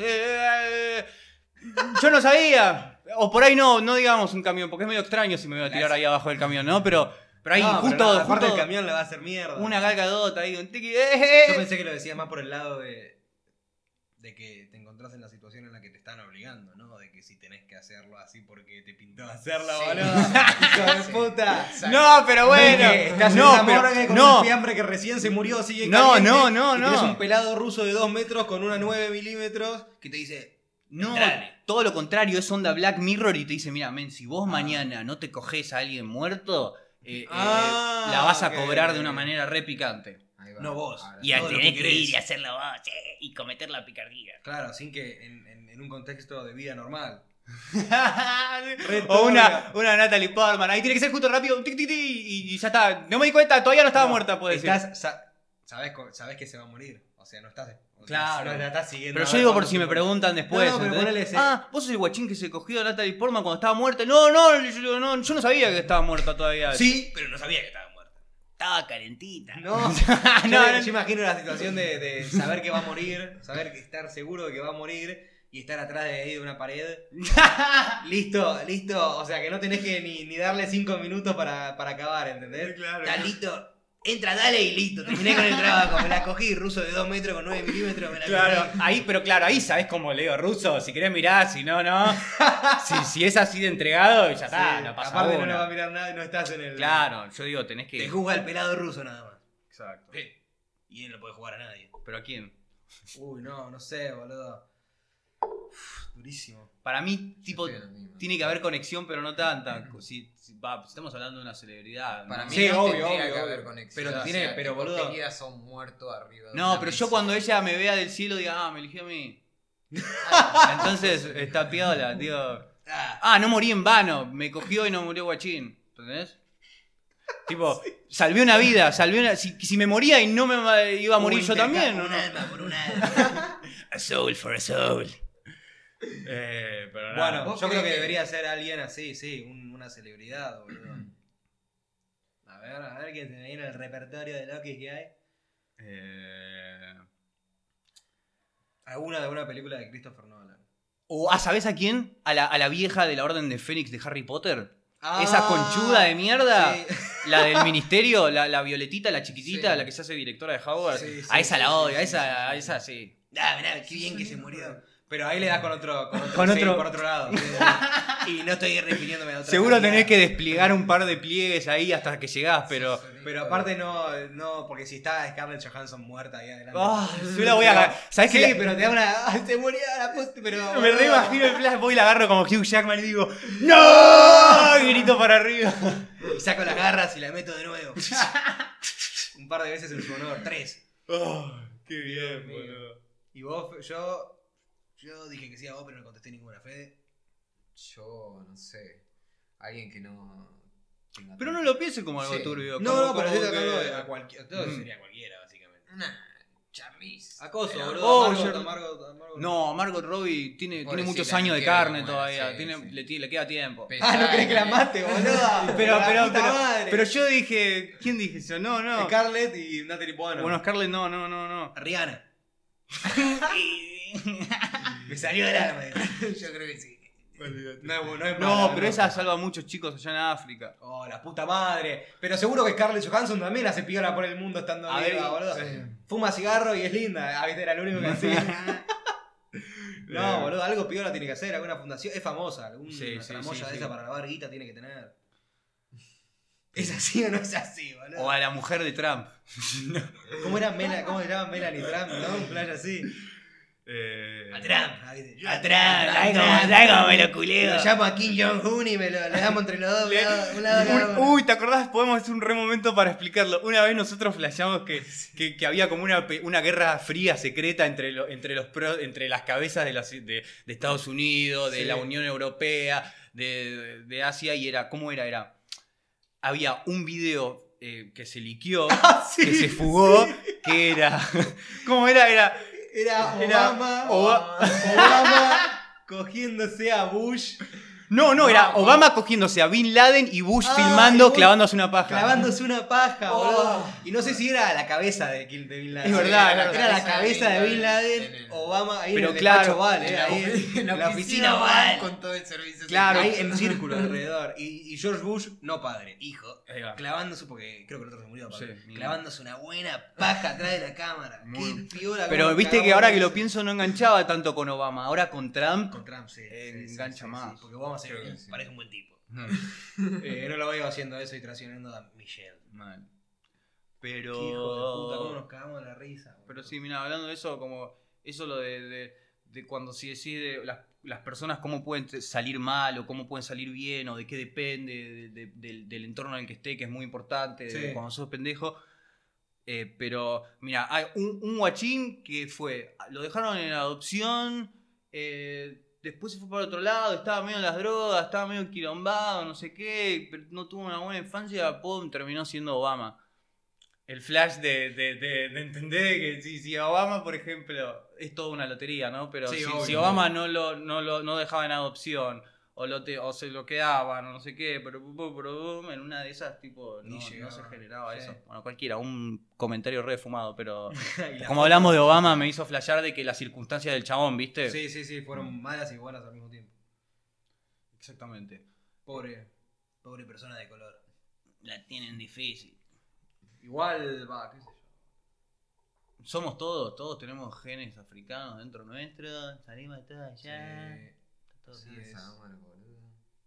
Yo no sabía. O por ahí no digamos un camión, porque es medio extraño si me voy a tirar ahí abajo del camión, ¿no? Pero ahí No, pero justo, no, aparte justo el camión le va a hacer mierda. una Gal Gadot ahí, un tiqui, Yo pensé que lo decía más por el lado de que te encontrás en la situación en la que te están obligando, ¿no? De que si tenés que hacerlo así porque te pintó hacerlo, Sí. boludo. Hijo de Sí. puta. No, pero bueno. Que estás No, en una morgue con no. un fiambre que recién se murió, sigue No, caliente, no. y tenés un pelado ruso de 2 metros con una 9 milímetros que te dice, No, entrale. todo lo contrario, es onda Black Mirror y te dice, mira, men, si vos mañana no te coges a alguien muerto, la vas a ok. cobrar de una manera re picante. Ahí va. No vos. Ahora Y sí. a todo lo tener que que querés. ir y hacerlo vos, y cometer la picardía. Claro, sin que en un contexto de vida normal. O una Natalie Portman. Ahí tiene que ser justo rápido, tic, tic, tic, y ya está. No me di cuenta, todavía no estaba muerta, puede decir. Sabés que se va a morir. O sea, no estás. Claro. No la estás siguiendo. Pero yo digo por si me preguntan después. No, pero ponele ese. ¿Vos sos el guachín que se cogió a Natalie Portman cuando estaba muerta? No, yo no sabía que estaba muerta todavía. Sí, pero no sabía que estaba muerta. Estaba calentita. No, yo imagino la situación de saber que va a morir, estar seguro de que va a morir y estar atrás de ahí de una pared. listo. O sea, que no tenés que ni darle 5 minutos para acabar, ¿entendés? Claro. Está listo. Entra, dale y listo. Terminé con el trabajo. Me la cogí, ruso de 2 metros con 9 milímetros. Me la cogí. Ahí sabés cómo le digo, ruso. Si querés mirar, si no. si es así de entregado, ya está, Sí, no pasa aparte una. no lo va a mirar nadie, no estás en el. Claro, yo digo, tenés que. Te juzga el pelado ruso nada más. Exacto. Y él no puede jugar a nadie. ¿Pero a quién? Uy, no sé, boludo. Durísimo. Para mí, tipo, Yo estoy en lo mismo. tiene que haber conexión, pero no tanta. Si estamos hablando de una celebridad. Para ¿no? mí Sí, no obvio, tendría obvio, que haber obvio. conexión. Pero o tiene- sea, pero, tipo, boludo. querías a un muerto arriba de No, una pero yo mesa. cuando ella me vea del cielo diga, me eligió a mí. Entonces está piola, tío. No morí en vano, me cogió y no murió guachín. ¿Entendés? Tipo, salvé una vida, si me moría y no me iba a morir yo también. ¿O Un no? alma por un alma. A soul for a soul. Pero nada. Bueno, ¿Vos yo creo que creés que- debería ser alguien así, sí, una celebridad, boludo. A ver quién se me viene el repertorio de Loki que hay. Alguna de una película de Christopher Nolan. ¿Sabés a quién? A la vieja de la Orden de Fénix de Harry Potter. Esa conchuda de mierda. Sí. La del ministerio, la violetita, la chiquitita, Sí. la que se hace directora de Howard. Sí, sí, A esa sí, la sí, odio, sí, a esa sí. Mirá, qué bien que se murió. Pero ahí le das con otro por otro lado. Y no estoy refiriéndome a otra. Seguro calidad. tenés que desplegar un par de pliegues ahí hasta que llegás, pero. Pero aparte no, porque si está Scarlett Johansson muerta ahí adelante. Yo la voy a. ¿Sabés Sí, qué? pero te da una. Se murió la poste, pero. Me re imagino el flash, voy y la agarro como Hugh Jackman y digo ¡No! Y grito para arriba. Y saco las garras y la meto de nuevo. Un par de veces en su honor. 3. ¡Qué bien, boludo! Y vos, yo dije que sí a vos, pero no contesté ninguna. Fede. Yo, no sé. Alguien que no. tenga Pero no tanto- lo pienses como algo Sí. turbio. No, como- no, pero como estoy tratando que- de a cualquiera. Todo sería cualquiera, básicamente. Nah, Charlize. Acoso, Pero- boludo. Margot- Margot. No, Margot Robbie tiene Pobrecita, muchos no años de quiero que carne muera, todavía. sí, sí. Le queda tiempo. Ah, ¿no querés que la mate, boludo? Pero yo dije. ¿Quién dije eso? No. Scarlett y Natalie Portman. Bueno, Scarlett no. Rihanna. Me salió del alma. Yo creo que sí. No es No, mala, pero esa salva a muchos chicos allá en África. Oh, la puta madre. Pero seguro que Scarlett Johansson también hace piola por el mundo estando A ver, viva, boludo. Fuma cigarro y es linda. Ah, viste, era lo único que hacía. No, boludo, algo piola tiene que hacer. Alguna fundación. Es famosa. Alguna Sí, tramoya de sí. esa para lavar guita tiene que tener. ¿Es así o no es así, boludo? O a la mujer de Trump. ¿Cómo se llama Melanie Trump, no? Un playa así. A Trump. ¿Sabes cómo me lo culeo? Lo llamo a Kim Jong-un y le damos entre los dos. Un lado cada uno. Uy, ¿te acordás? Podemos hacer un re momento para explicarlo. Una vez nosotros flasheamos que había como una guerra fría secreta entre las cabezas de Estados Unidos, de Sí. la Unión Europea, de Asia, y era, ¿cómo era? Había un video que se liqueó, Sí. que se fugó, que era... ¿Cómo era? Era Era Obama cogiéndose a Bush, No, era Obama cogiéndose a Bin Laden y Bush Ah, filmando y Bush clavándose una paja. clavándose una paja, Oh. boludo. Y no sé si era la cabeza de Bin Laden. Es verdad, era, es verdad. era la cabeza de Bin Laden, en el- Obama ahí Pero en el claro, despacho Oval, En la, ahí en en la oficina Oval. con todo el servicio. Claro. Ahí en círculo alrededor. Y George Bush, no padre, hijo, Ahí va. clavándose, porque creo que el otro se murió, padre, Sí, clavándose una buena paja atrás de la cámara. Muy- Qué piola. Pero cómo viste cagamos que ahora que eso. lo pienso no enganchaba tanto con Obama. Ahora con Trump. Con Trump, sí. engancha más. porque Obama Creo que sí. parece un buen tipo. No lo veo haciendo eso y traicionando a Michelle. Mal. Qué Pero. hijo de puta, cómo nos cagamos de la risa. boludo. Pero sí, mira, hablando de eso, como. Eso lo de cuando se decide las personas cómo pueden salir mal o cómo pueden salir bien o de qué depende del entorno en el que esté, que es muy importante, Sí. cuando sos pendejo. Pero, mira, hay un guachín que lo dejaron en adopción, después se fue para otro lado, estaba medio en las drogas, estaba medio quilombado, no sé qué, pero no tuvo una buena infancia, pum, terminó siendo Obama. El flash de entender que si Obama, por ejemplo, es toda una lotería, ¿no? Pero Sí, si obvio. Obama no dejaba en adopción, o se lo quedaban, o no sé qué, pero en una de esas, tipo, Ni no llegaba. se generaba Sí. eso. Bueno, cualquiera, un comentario re fumado, pero Y la como foto- hablamos de Obama, me hizo flashear de que las circunstancias del chabón, ¿viste? Sí, fueron malas y buenas al mismo tiempo. Exactamente. Pobre persona de color. La tienen difícil. Igual, qué sé yo. Somos todos tenemos genes africanos dentro nuestro, salimos de todo allá. Todo Sí, bien. es. boludo.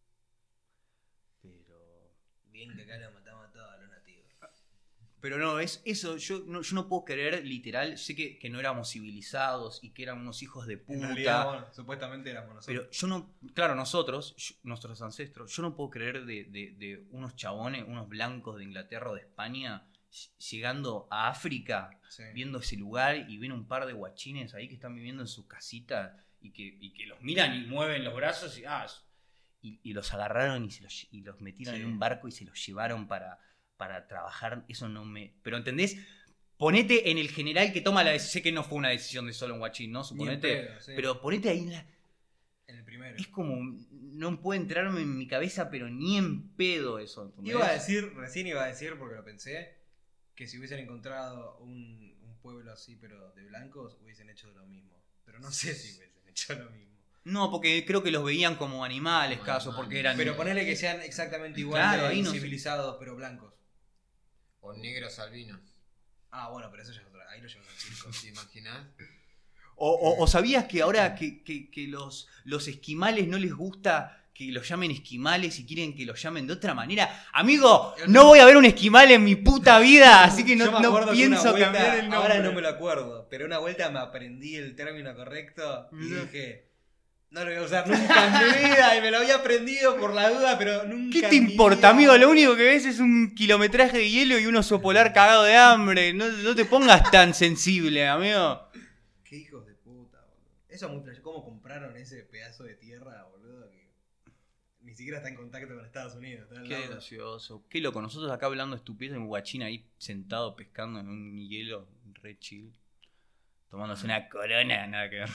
Bien que acá lo matamos a todos los nativos. Pero no, es eso, yo no puedo creer, literal, sé que no éramos civilizados y que éramos unos hijos de En puta. realidad, bueno, supuestamente éramos nosotros. Pero yo no, claro, nuestros ancestros, yo no puedo creer de unos chabones, unos blancos de Inglaterra o de España, llegando a África, Sí. viendo ese lugar y ven un par de guachines ahí que están viviendo en su casita y que los miran y mueven los brazos y los agarraron y los metieron Sí. en un barco y se los llevaron para trabajar. Eso no me... Pero ¿entendés? Ponete en el general que toma la decisión. Sé que no fue una decisión de solo un guachín, ¿no? Ni en Suponete. pedo, sí. Pero ponete ahí En el primero. es como... No puede entrarme en mi cabeza, pero ni en pedo eso. ¿entendés? Recién iba a decir, porque lo pensé, que si hubiesen encontrado un pueblo así, pero de blancos, hubiesen hecho lo mismo. Pero no sé si hubiesen hecho lo mismo. No, porque creo que los veían como animales, Como caso, animales. porque eran... Pero ponele que sean exactamente igual Claro, de ahí no sé. civilizados, pero blancos. O negros albinos. Ah, bueno, pero eso ya es otra. Ahí lo llevas al circo. ¿Te imaginas? O sabías que ahora que los esquimales no les gusta que los llamen esquimales y quieren que los llamen de otra manera? Amigo, no voy a ver un esquimal en mi puta vida, así que Yo me no acuerdo que pienso una vuelta, cambiar el nombre. ahora no me lo acuerdo, pero una vuelta me aprendí el término correcto y Mirá. dije, no lo voy a usar nunca en mi vida y me lo había aprendido por la duda, pero nunca. ¿Qué en te mi importa, vida. amigo? Lo único que ves es un kilometraje de hielo y un oso polar cagado de hambre. No te pongas tan sensible, amigo. Qué hijos de puta, boludo. Eso es muy flash. ¿Cómo compraron ese pedazo de tierra, boludo? Que ni siquiera está en contacto con Estados Unidos. Está al Qué lado. gracioso. Qué loco. Nosotros acá hablando estupidez, un guachín ahí sentado pescando en un hielo re chill. Tomándose una corona, nada que ver.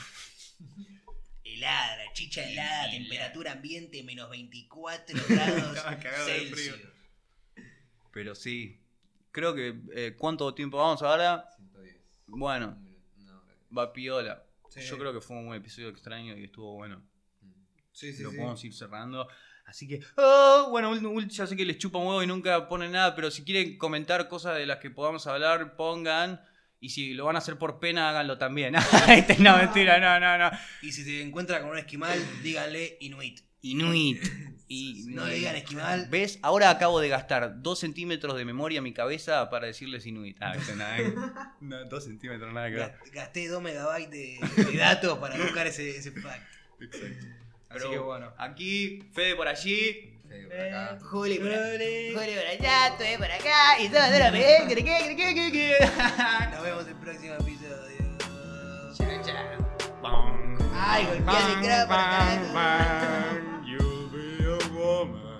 Helada, chicha helada, temperatura ambiente menos 24 grados Estaba cagado de Celsius. frío. Pero sí. Creo que... ¿cuánto tiempo vamos ahora? 110. Bueno, Una hora. va piola. Sí. Yo creo que fue un episodio extraño y estuvo bueno. Sí, Lo podemos ir cerrando. Así que, bueno, ya sé que les chupa un huevo y nunca ponen nada, pero si quieren comentar cosas de las que podamos hablar, pongan. Y si lo van a hacer por pena, háganlo también. No, mentira, no. Y si se encuentra con un esquimal, díganle Inuit. Inuit. No le digan esquimal. ¿Ves? Ahora acabo de gastar 2 centímetros de memoria en mi cabeza para decirles Inuit. No, 2 centímetros, nada que ver. Gasté 2 megabytes de datos para buscar ese fact. Exacto. Así Pero que bueno. aquí, Fede por allí. Fede por acá. Juli por allá, tú por acá. Y todo lo que... Nos vemos el próximo episodio. Chao, chao. Ay, golpea el micrófono, carajo. You'll be a woman.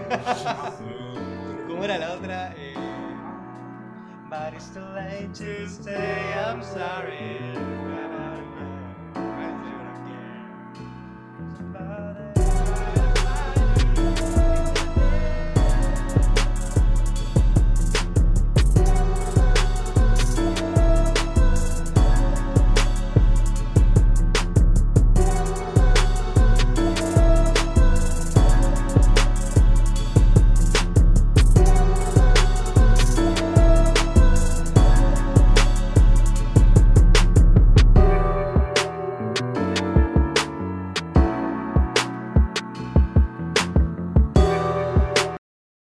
¿Cómo era la otra? But it's too late to say I'm sorry.